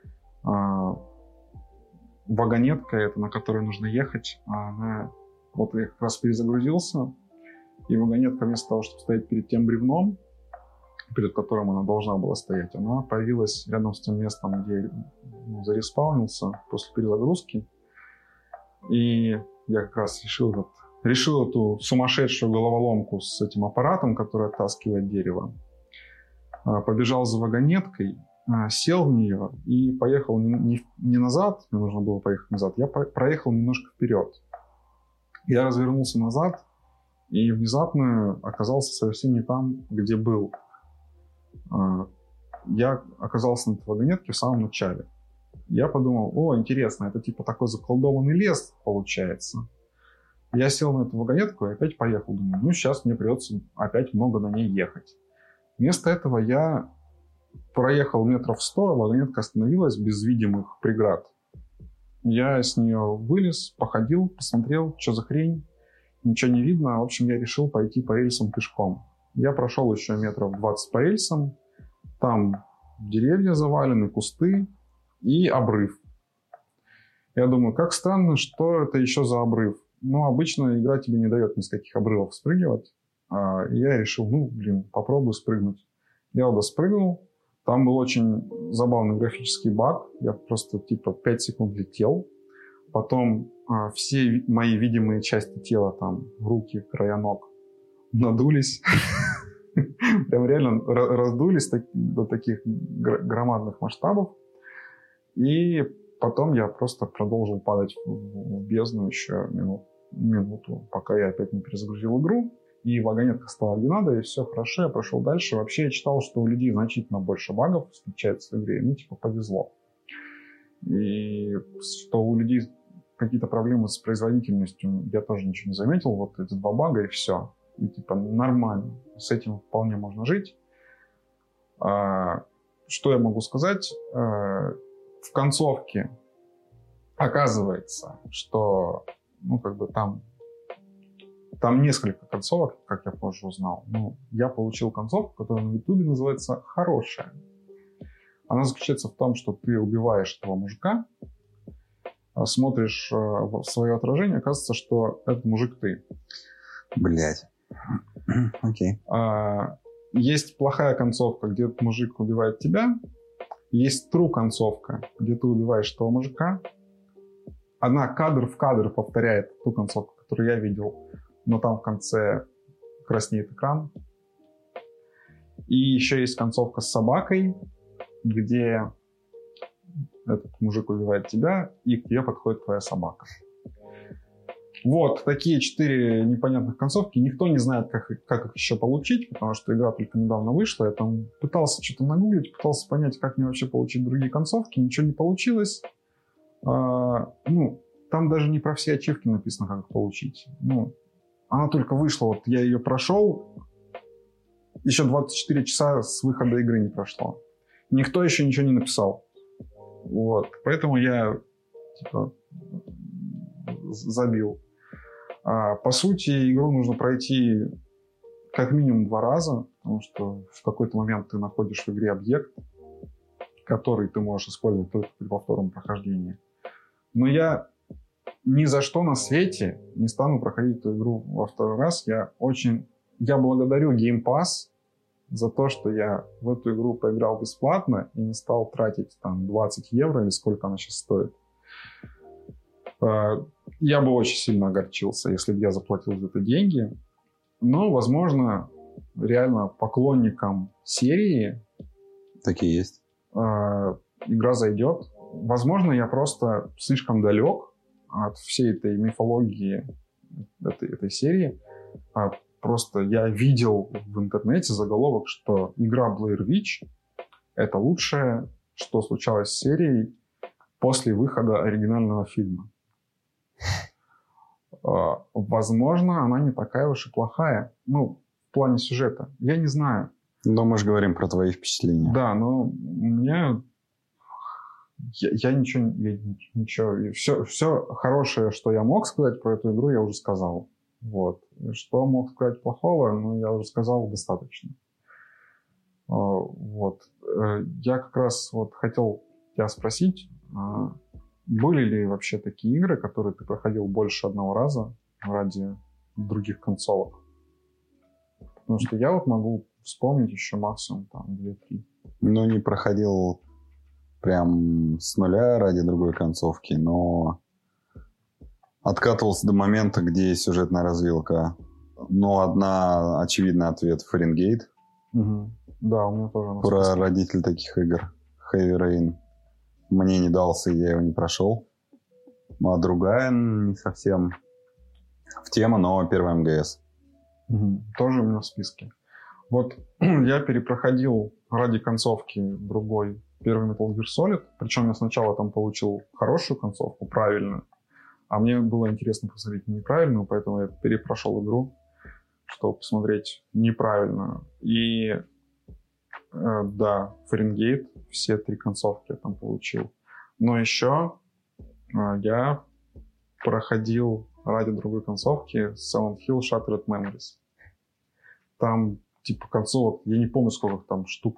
Вагонетка, это на которой нужно ехать, вот я как раз перезагрузился, и вагонетка вместо того, чтобы стоять перед тем бревном, перед которым она должна была стоять, она появилась рядом с тем местом, где я зареспаунился после перезагрузки. И я как раз решил эту сумасшедшую головоломку с этим аппаратом, который оттаскивает дерево. Побежал за вагонеткой, сел в нее и поехал не назад, мне нужно было поехать назад, я проехал немножко вперед. Я развернулся назад и внезапно оказался совсем не там, где был. Я оказался на этой вагонетке в самом начале. Я подумал, интересно, это типа такой заколдованный лес получается. Я сел на эту вагонетку и опять поехал. Думаю, сейчас мне придется опять много на ней ехать. Вместо этого я проехал метров 100, вагонетка остановилась без видимых преград. Я с нее вылез, походил, посмотрел, что за хрень. Ничего не видно. В общем, я решил пойти по рельсам пешком. Я прошел еще метров 20 по рельсам. Там деревья завалены, кусты и обрыв. Я думаю, как странно, что это еще за обрыв. Обычно игра тебе не дает ни с каких обрывов спрыгивать. И я решил, попробую спрыгнуть. Я туда спрыгнул. Там был очень забавный графический баг. Я просто 5 секунд летел. Потом все мои видимые части тела, там руки, края ног, надулись. Прям реально раздулись до таких громадных масштабов. И потом я просто продолжил падать в бездну еще минуту, пока я опять не перезагрузил игру. И вагонетка стала где надо, и все хорошо, я прошел дальше. Вообще я читал, что у людей значительно больше багов встречается в игре, и мне повезло. И что у людей какие-то проблемы с производительностью, я тоже ничего не заметил. Вот эти 2 бага и все. И нормально. С этим вполне можно жить. Что я могу сказать? В концовке оказывается, что там несколько концовок, как я позже узнал. Я получил концовку, которая на Ютубе называется «Хорошая». Она заключается в том, что ты убиваешь этого мужика, смотришь в свое отражение, оказывается, что этот мужик ты. Блять. Окей. Есть плохая концовка, где этот мужик убивает тебя. Есть true концовка, где ты убиваешь этого мужика. Она кадр в кадр повторяет ту концовку, которую я видел, но там в конце краснеет экран. И еще есть концовка с собакой, где этот мужик убивает тебя, и к тебе подходит твоя собака. Вот такие 4 непонятных концовки. Никто не знает, как их еще получить, потому что игра только недавно вышла. Я там пытался что-то нагуглить, пытался понять, как мне вообще получить другие концовки. Ничего не получилось. Там даже не про все ачивки написано, как их получить. Она только вышла, вот я ее прошел, еще 24 часа с выхода игры не прошло. Никто еще ничего не написал. Вот. Поэтому я забил. По сути, игру нужно пройти как минимум 2 раза, потому что в какой-то момент ты находишь в игре объект, который ты можешь использовать только при повторном прохождении. Но я ни за что на свете не стану проходить эту игру во 2-й раз. Я благодарю Game Pass за то, что я в эту игру поиграл бесплатно и не стал тратить там 20 евро или сколько она сейчас стоит. Я бы очень сильно огорчился, если бы я заплатил за это деньги. Но, возможно, реально поклонникам серии такие есть. Игра зайдет. Возможно, я просто слишком далек от всей этой мифологии этой серии. Просто я видел в интернете заголовок, что игра Blair Witch — это лучшее, что случалось с серией после выхода оригинального фильма. Возможно, она не такая уж и плохая. В плане сюжета. Я не знаю. Но мы же говорим про твои впечатления. Да, но у меня... Я ничего... Все хорошее, что я мог сказать про эту игру, я уже сказал. Вот. Что мог сказать плохого, я уже сказал достаточно. Вот. Я как раз хотел тебя спросить, были ли вообще такие игры, которые ты проходил больше одного раза ради других концовок? Потому что я могу вспомнить еще максимум 2-3. Не проходил прям с нуля ради другой концовки, но откатывался до момента, где сюжетная развилка. Но очевидный ответ — Фаренгейт. Угу. Да, у меня тоже. Про родителей таких игр. Heavy Rain. Мне не дался, и я его не прошел. А другая не совсем в тему, но первая МГС. Угу. Тоже у меня в списке. Вот я перепроходил ради концовки другой первый Metal Gear Solid. Причем я сначала там получил хорошую концовку, правильную. А мне было интересно посмотреть неправильную, поэтому я перепрошел игру, чтобы посмотреть неправильную. И да, Фаренгейт, все 3 концовки я там получил. Но еще я проходил ради другой концовки Silent Hill Shattered Memories. Там концовок, я не помню, сколько там штук,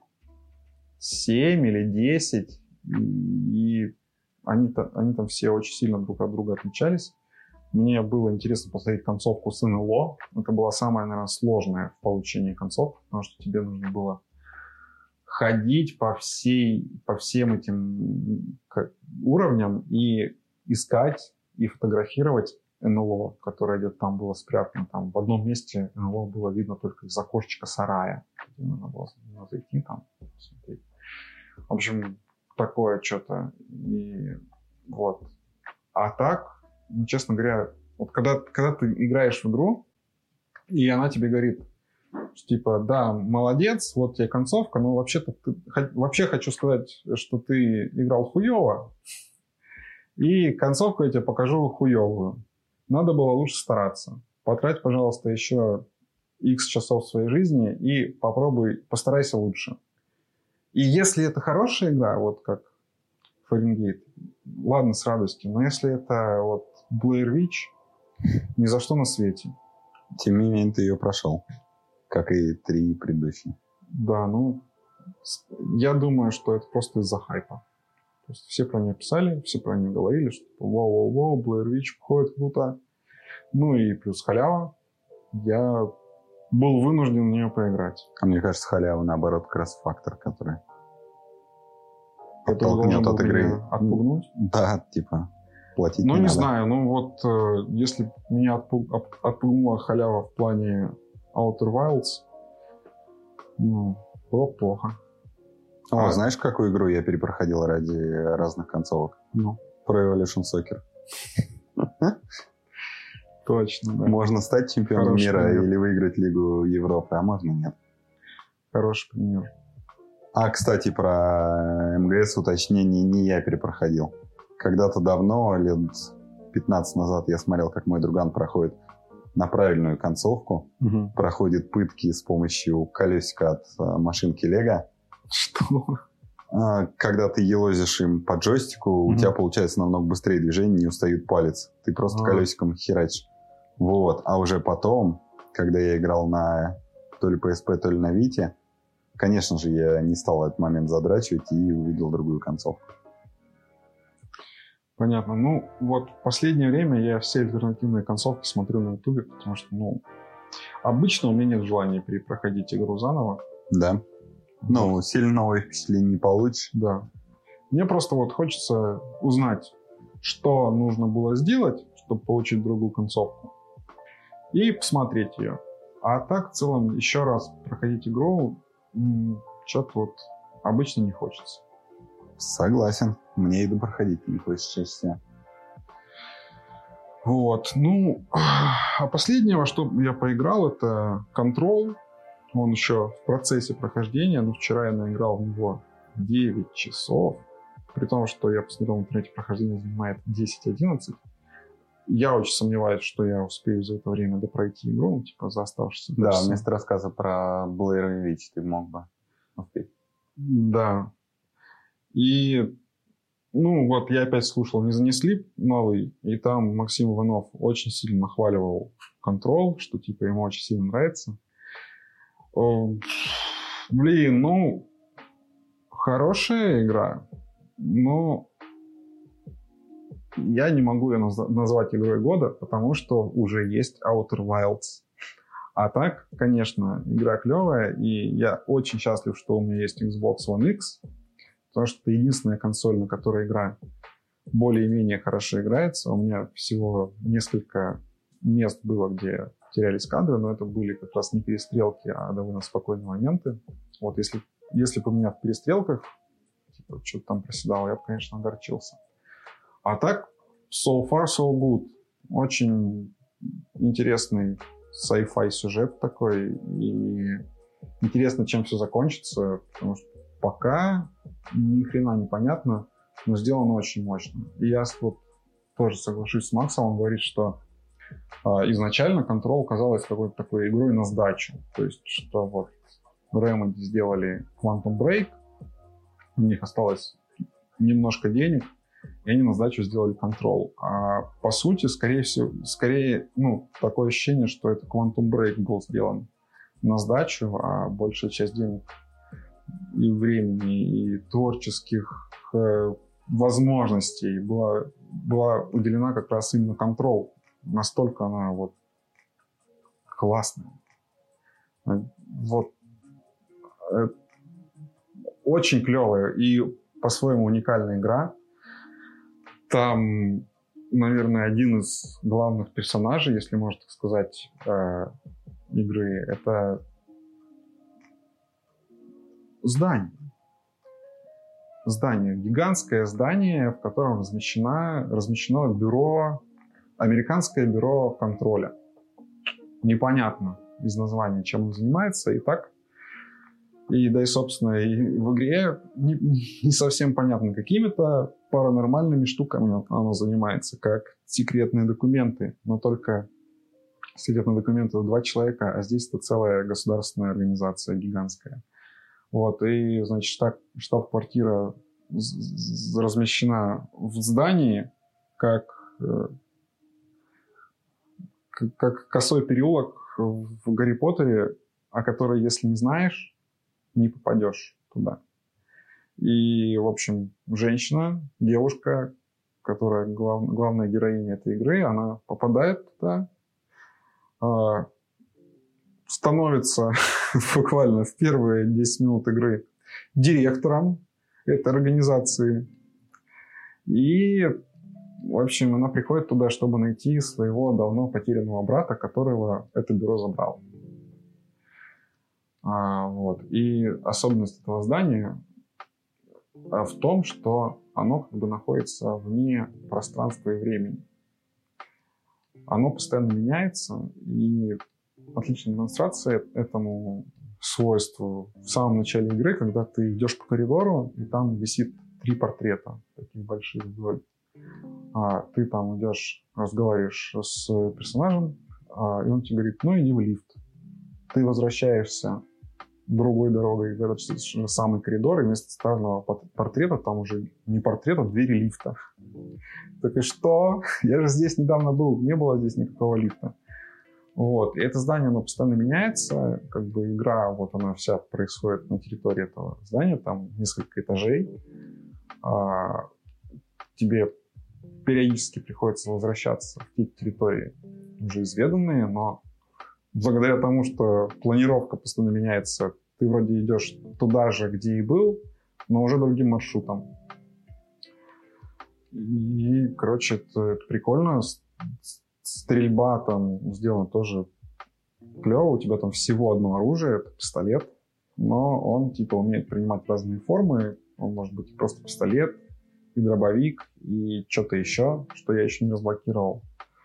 7 или 10. И они там все очень сильно друг от друга отличались. Мне было интересно посмотреть концовку с НЛО. Это была самая, наверное, сложная в получении концовки, потому что тебе нужно было ходить по всем этим уровням и искать и фотографировать НЛО, которое где-то там было спрятано. Там в одном месте НЛО было видно только из окошечка сарая. Где нужно было зайти там посмотреть. В общем, такое что-то. И вот. А так, честно говоря, когда ты играешь в игру, и она тебе говорит, что да, молодец, вот тебе концовка, но вообще хочу сказать, что ты играл хуёво, и концовку я тебе покажу хуёвую. Надо было лучше стараться. Потрать, пожалуйста, еще X часов своей жизни и постарайся лучше. И если это хорошая игра, вот как Фаренгейт, ладно, с радостью, но если это Blair Witch, ни за что на свете. Тем не менее, ты ее прошел, как и 3 предыдущие. Да, Я думаю, что это просто из-за хайпа. То есть все про нее писали, все про нее говорили, что вау-вау-вау, Blair Witch входит круто. Ну и плюс халява. Я был вынужден в нее поиграть. А мне кажется, халява, наоборот, как раз фактор, который Который должен подтолкнет был от игры. меня отпугнуть. Да, типа, платить Ну, не не надо. знаю. Ну, вот если меня отпугнула халява в плане Outer Wilds, ну, было плохо. О, знаешь, какую игру я перепроходил ради разных концовок? Ну, Pro Evolution Soccer. точно, да. Можно стать чемпионом Хороший мира пример. или выиграть Лигу Европы, а можно нет. Хороший пример. А, кстати, про МГС уточнение не я перепроходил. Когда-то давно, лет 15 назад, я смотрел, как мой друган проходит на правильную концовку. Угу. Проходит пытки с помощью колесика от машинки Лего. Что? Когда ты елозишь им по джойстику, у тебя получается намного быстрее движение, не устает палец. Ты просто колесиком херачишь. Вот. А уже потом, когда я играл на то ли PSP, то ли на Vita, конечно же, я не стал этот момент задрачивать и увидел другую концовку. Понятно. Ну, вот в последнее время я все альтернативные концовки смотрю на Ютубе, потому что, ну, обычно у меня нет желания перепроходить игру заново. Да. Ну, сильно новые впечатления не получишь. Да. Мне просто вот хочется узнать, что нужно было сделать, чтобы получить другую концовку, и посмотреть ее. А так, в целом, еще раз проходить игру что-то вот обычно не хочется. Согласен. Мне и проходить не хочется чаще всего. Вот. Ну, а последнего, что я поиграл, это Control. Он еще в процессе прохождения. Ну, вчера я наиграл в него 9 часов. При том, что я посмотрел, на интернете прохождение занимает 10-11. Я очень сомневаюсь, что я успею за это время допройти игру, ну, типа за оставшиеся. Да, часа. вместо рассказа про Blair Witch ты мог бы успеть. Да. И, ну, вот я опять слушал «Не занесли» новый, и там Максим Иванов очень сильно нахваливал Control, что, типа, ему очень сильно нравится. Блин, ну, хорошая игра, но я не могу ее назвать игрой года, потому что уже есть Outer Wilds. А так, конечно, игра клевая, и я очень счастлив, что у меня есть Xbox One X, потому что это единственная консоль, на которой игра более-менее хорошо играется. У меня всего несколько мест было, где терялись кадры, но это были как раз не перестрелки, а довольно спокойные моменты. Вот если бы у меня в перестрелках типа, что-то там проседало, я бы, конечно, огорчился. А так, so far, so good. Очень интересный sci-fi сюжет такой, и интересно, чем все закончится, потому что пока ни хрена не понятно, но сделано очень мощно. И я вот тоже соглашусь с Максом, он говорит, что изначально Control казалось какой-то такой игрой на сдачу. То есть, что вот Remedy сделали Quantum Break, у них осталось немножко денег, и они на сдачу сделали Control. А по сути, скорее, ну, такое ощущение, что это Quantum Break был сделан на сдачу, а большая часть денег и времени, и творческих возможностей была уделена как раз именно Control. Настолько она вот классная. Вот. Очень клевая и по-своему уникальная игра. Там, наверное, один из главных персонажей, если можно так сказать, игры, это здание. Гигантское здание, в котором размещено бюро, американское бюро контроля. Непонятно из названия, чем он занимается, и так. И, да и, собственно, и в игре не совсем понятно, какими-то паранормальными штуками она занимается, как секретные документы. Но только секретные документы — это 2 человека, а здесь это целая государственная организация гигантская. Вот, и, значит, штаб-квартира размещена в здании, как косой переулок в Гарри Поттере, о которой, если не знаешь, не попадешь. туда. И, в общем, женщина, девушка, которая главная героиня этой игры, она попадает туда, становится буквально в первые 10 минут игры директором этой организации. И, в общем, она приходит туда, чтобы найти своего давно потерянного брата, которого это бюро забрало. Вот. И особенность этого здания в том, что оно как бы находится вне пространства и времени. Оно постоянно меняется, и отличная демонстрация этому свойству в самом начале игры, когда ты идешь по коридору, и там висит 3 портрета, таких больших вдоль. Ты там идешь, разговариваешь с персонажем, и он тебе говорит, ну иди в лифт. Ты возвращаешься другой дорогой в этот же самый коридор, и вместо старого портрета там уже не портрет, а двери лифта. Так и что? Я же здесь недавно был, не было здесь никакого лифта. Вот. И это здание, оно постоянно меняется, как бы игра, вот она вся происходит на территории этого здания, там несколько этажей. Тебе периодически приходится возвращаться в те территории уже изведанные, но благодаря тому, что планировка постоянно меняется, ты вроде идешь туда же, где и был, но уже другим маршрутом. И, короче, это прикольно. Стрельба там сделана тоже клево. У тебя там всего одно оружие, это пистолет, но он типа умеет принимать разные формы. Он может быть просто пистолет, и дробовик, и что-то еще, что я еще не разблокировал.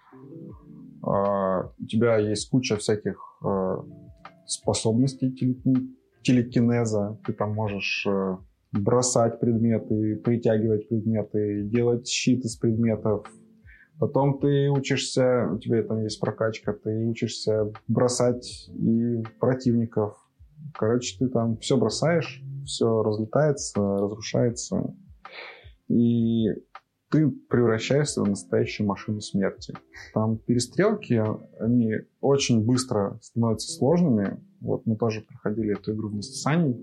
У тебя есть куча всяких способностей телекинеза. Ты там можешь бросать предметы, притягивать предметы, делать щит из предметов. Потом ты учишься, у тебя там есть прокачка, ты учишься бросать и противников. Короче, ты там все бросаешь, все разлетается, разрушается. И ты превращаешься в настоящую машину смерти. Там перестрелки, они очень быстро становятся сложными. Вот мы тоже проходили эту игру вместе с Аней.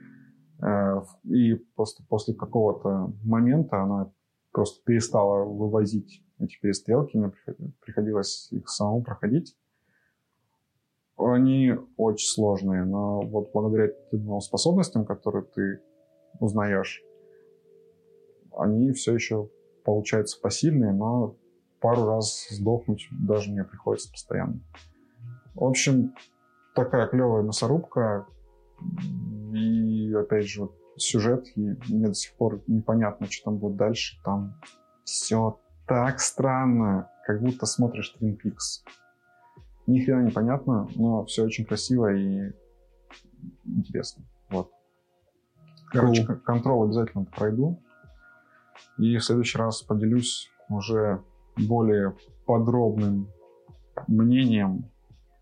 И после какого-то момента она просто перестала вывозить эти перестрелки. Мне приходилось их самому проходить. Они очень сложные, но вот благодаря тем способностям, которые ты узнаешь, они все еще получаются посильные, но пару раз сдохнуть даже мне приходится постоянно. В общем, такая клевая мясорубка. И опять же, вот, сюжет, и мне до сих пор непонятно, что там будет дальше. Там все так странно, как будто смотришь Twin Peaks. Ни хрена непонятно, но все очень красиво и интересно. Вот. Короче, Control обязательно пройду. И в следующий раз поделюсь уже более подробным мнением.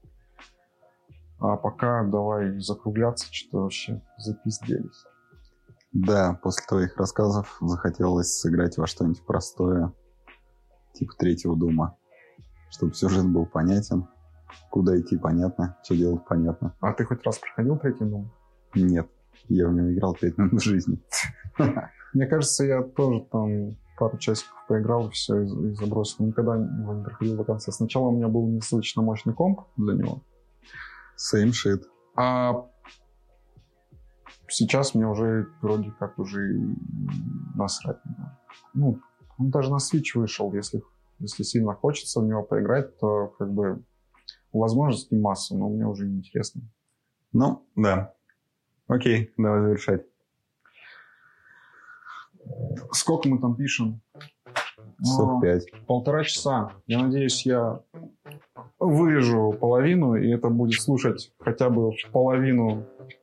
А пока давай закругляться, что вообще запизделись. Да, после твоих рассказов захотелось сыграть во что-нибудь простое, типа третьего Дума, чтобы сюжет был понятен, куда идти понятно, что делать понятно. А ты хоть раз проходил третий Дум? Нет, я в него играл 5 минут в жизни. Мне кажется, я тоже там пару часиков поиграл и все, и забросил. Никогда его не проходил до конца. Сначала у меня был недостаточно мощный комп для него. Same shit. А сейчас мне уже вроде как уже насрать. Ну, он даже на Switch вышел. Если сильно хочется в него поиграть, то как бы возможностей масса, но мне уже не интересно. Ну, да. Окей, давай завершать. Сколько мы там пишем? Часов 5. 1,5 часа. Я надеюсь, я вырежу половину, и это будет слушать хотя бы в половину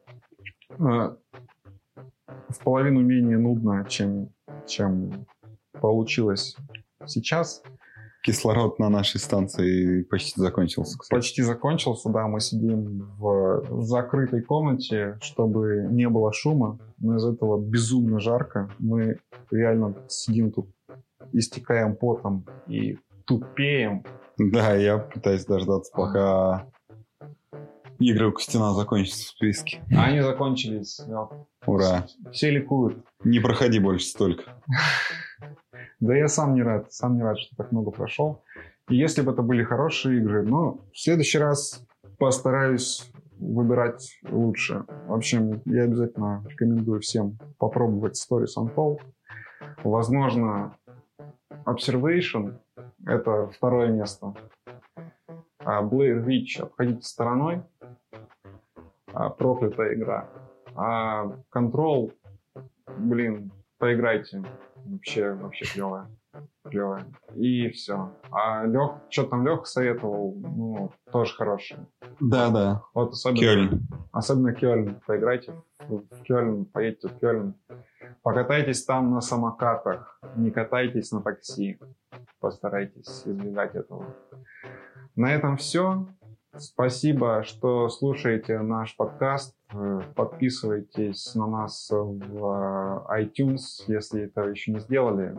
менее нудно, чем получилось сейчас. Кислород на нашей станции почти закончился, кстати. Почти закончился, да. Мы сидим в закрытой комнате, чтобы не было шума. Но из этого безумно жарко. Мы реально сидим тут, истекаем потом и тупеем. Да, я пытаюсь дождаться, пока Игры у Костяна закончатся в списке. Они закончились. Ура. Все ликуют. Не проходи больше столько. Да я сам не рад, что так много прошел. И если бы это были хорошие игры, но в следующий раз постараюсь выбирать лучше. В общем, я обязательно рекомендую всем попробовать Stories Untold. Возможно, Observation — это второе место. А Blair Witch обходите стороной. Проклятая игра. А Control, поиграйте. Вообще клевая. И все. А что там Леха советовал, тоже хороший. Да. Вот особенно Кёльн. Поиграйте в Кёльн, поедьте в Кёльн. Покатайтесь там на самокатах. Не катайтесь на такси. Постарайтесь избегать этого. На этом все. Спасибо, что слушаете наш подкаст. Подписывайтесь на нас в iTunes, если этого еще не сделали.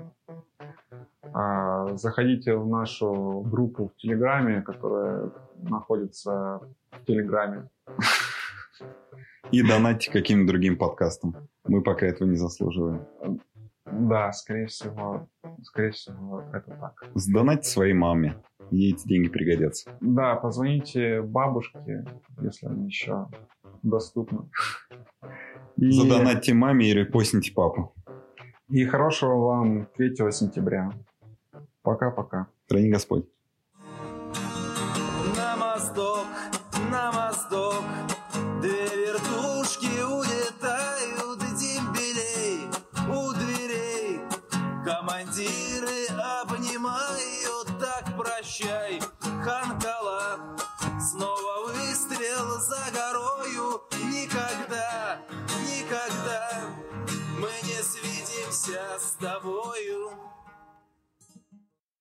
Заходите в нашу группу в Телеграме, которая находится в Телеграме. И донатьте каким-то другим подкастам. Мы пока этого не заслуживаем. Да, скорее всего, это так. Сдонатьте своей маме. Ей эти деньги пригодятся. Да, позвоните бабушке, если она еще доступна. Задонатьте маме и репостните папу. И хорошего вам 3 сентября. Пока-пока. Храни Господь. На мосток, две вертушки улетают дембелей у дверей. Командиры обнимают, так прощай, Ханкала. Снова выстрел за горою, никогда мы не свидимся с тобою.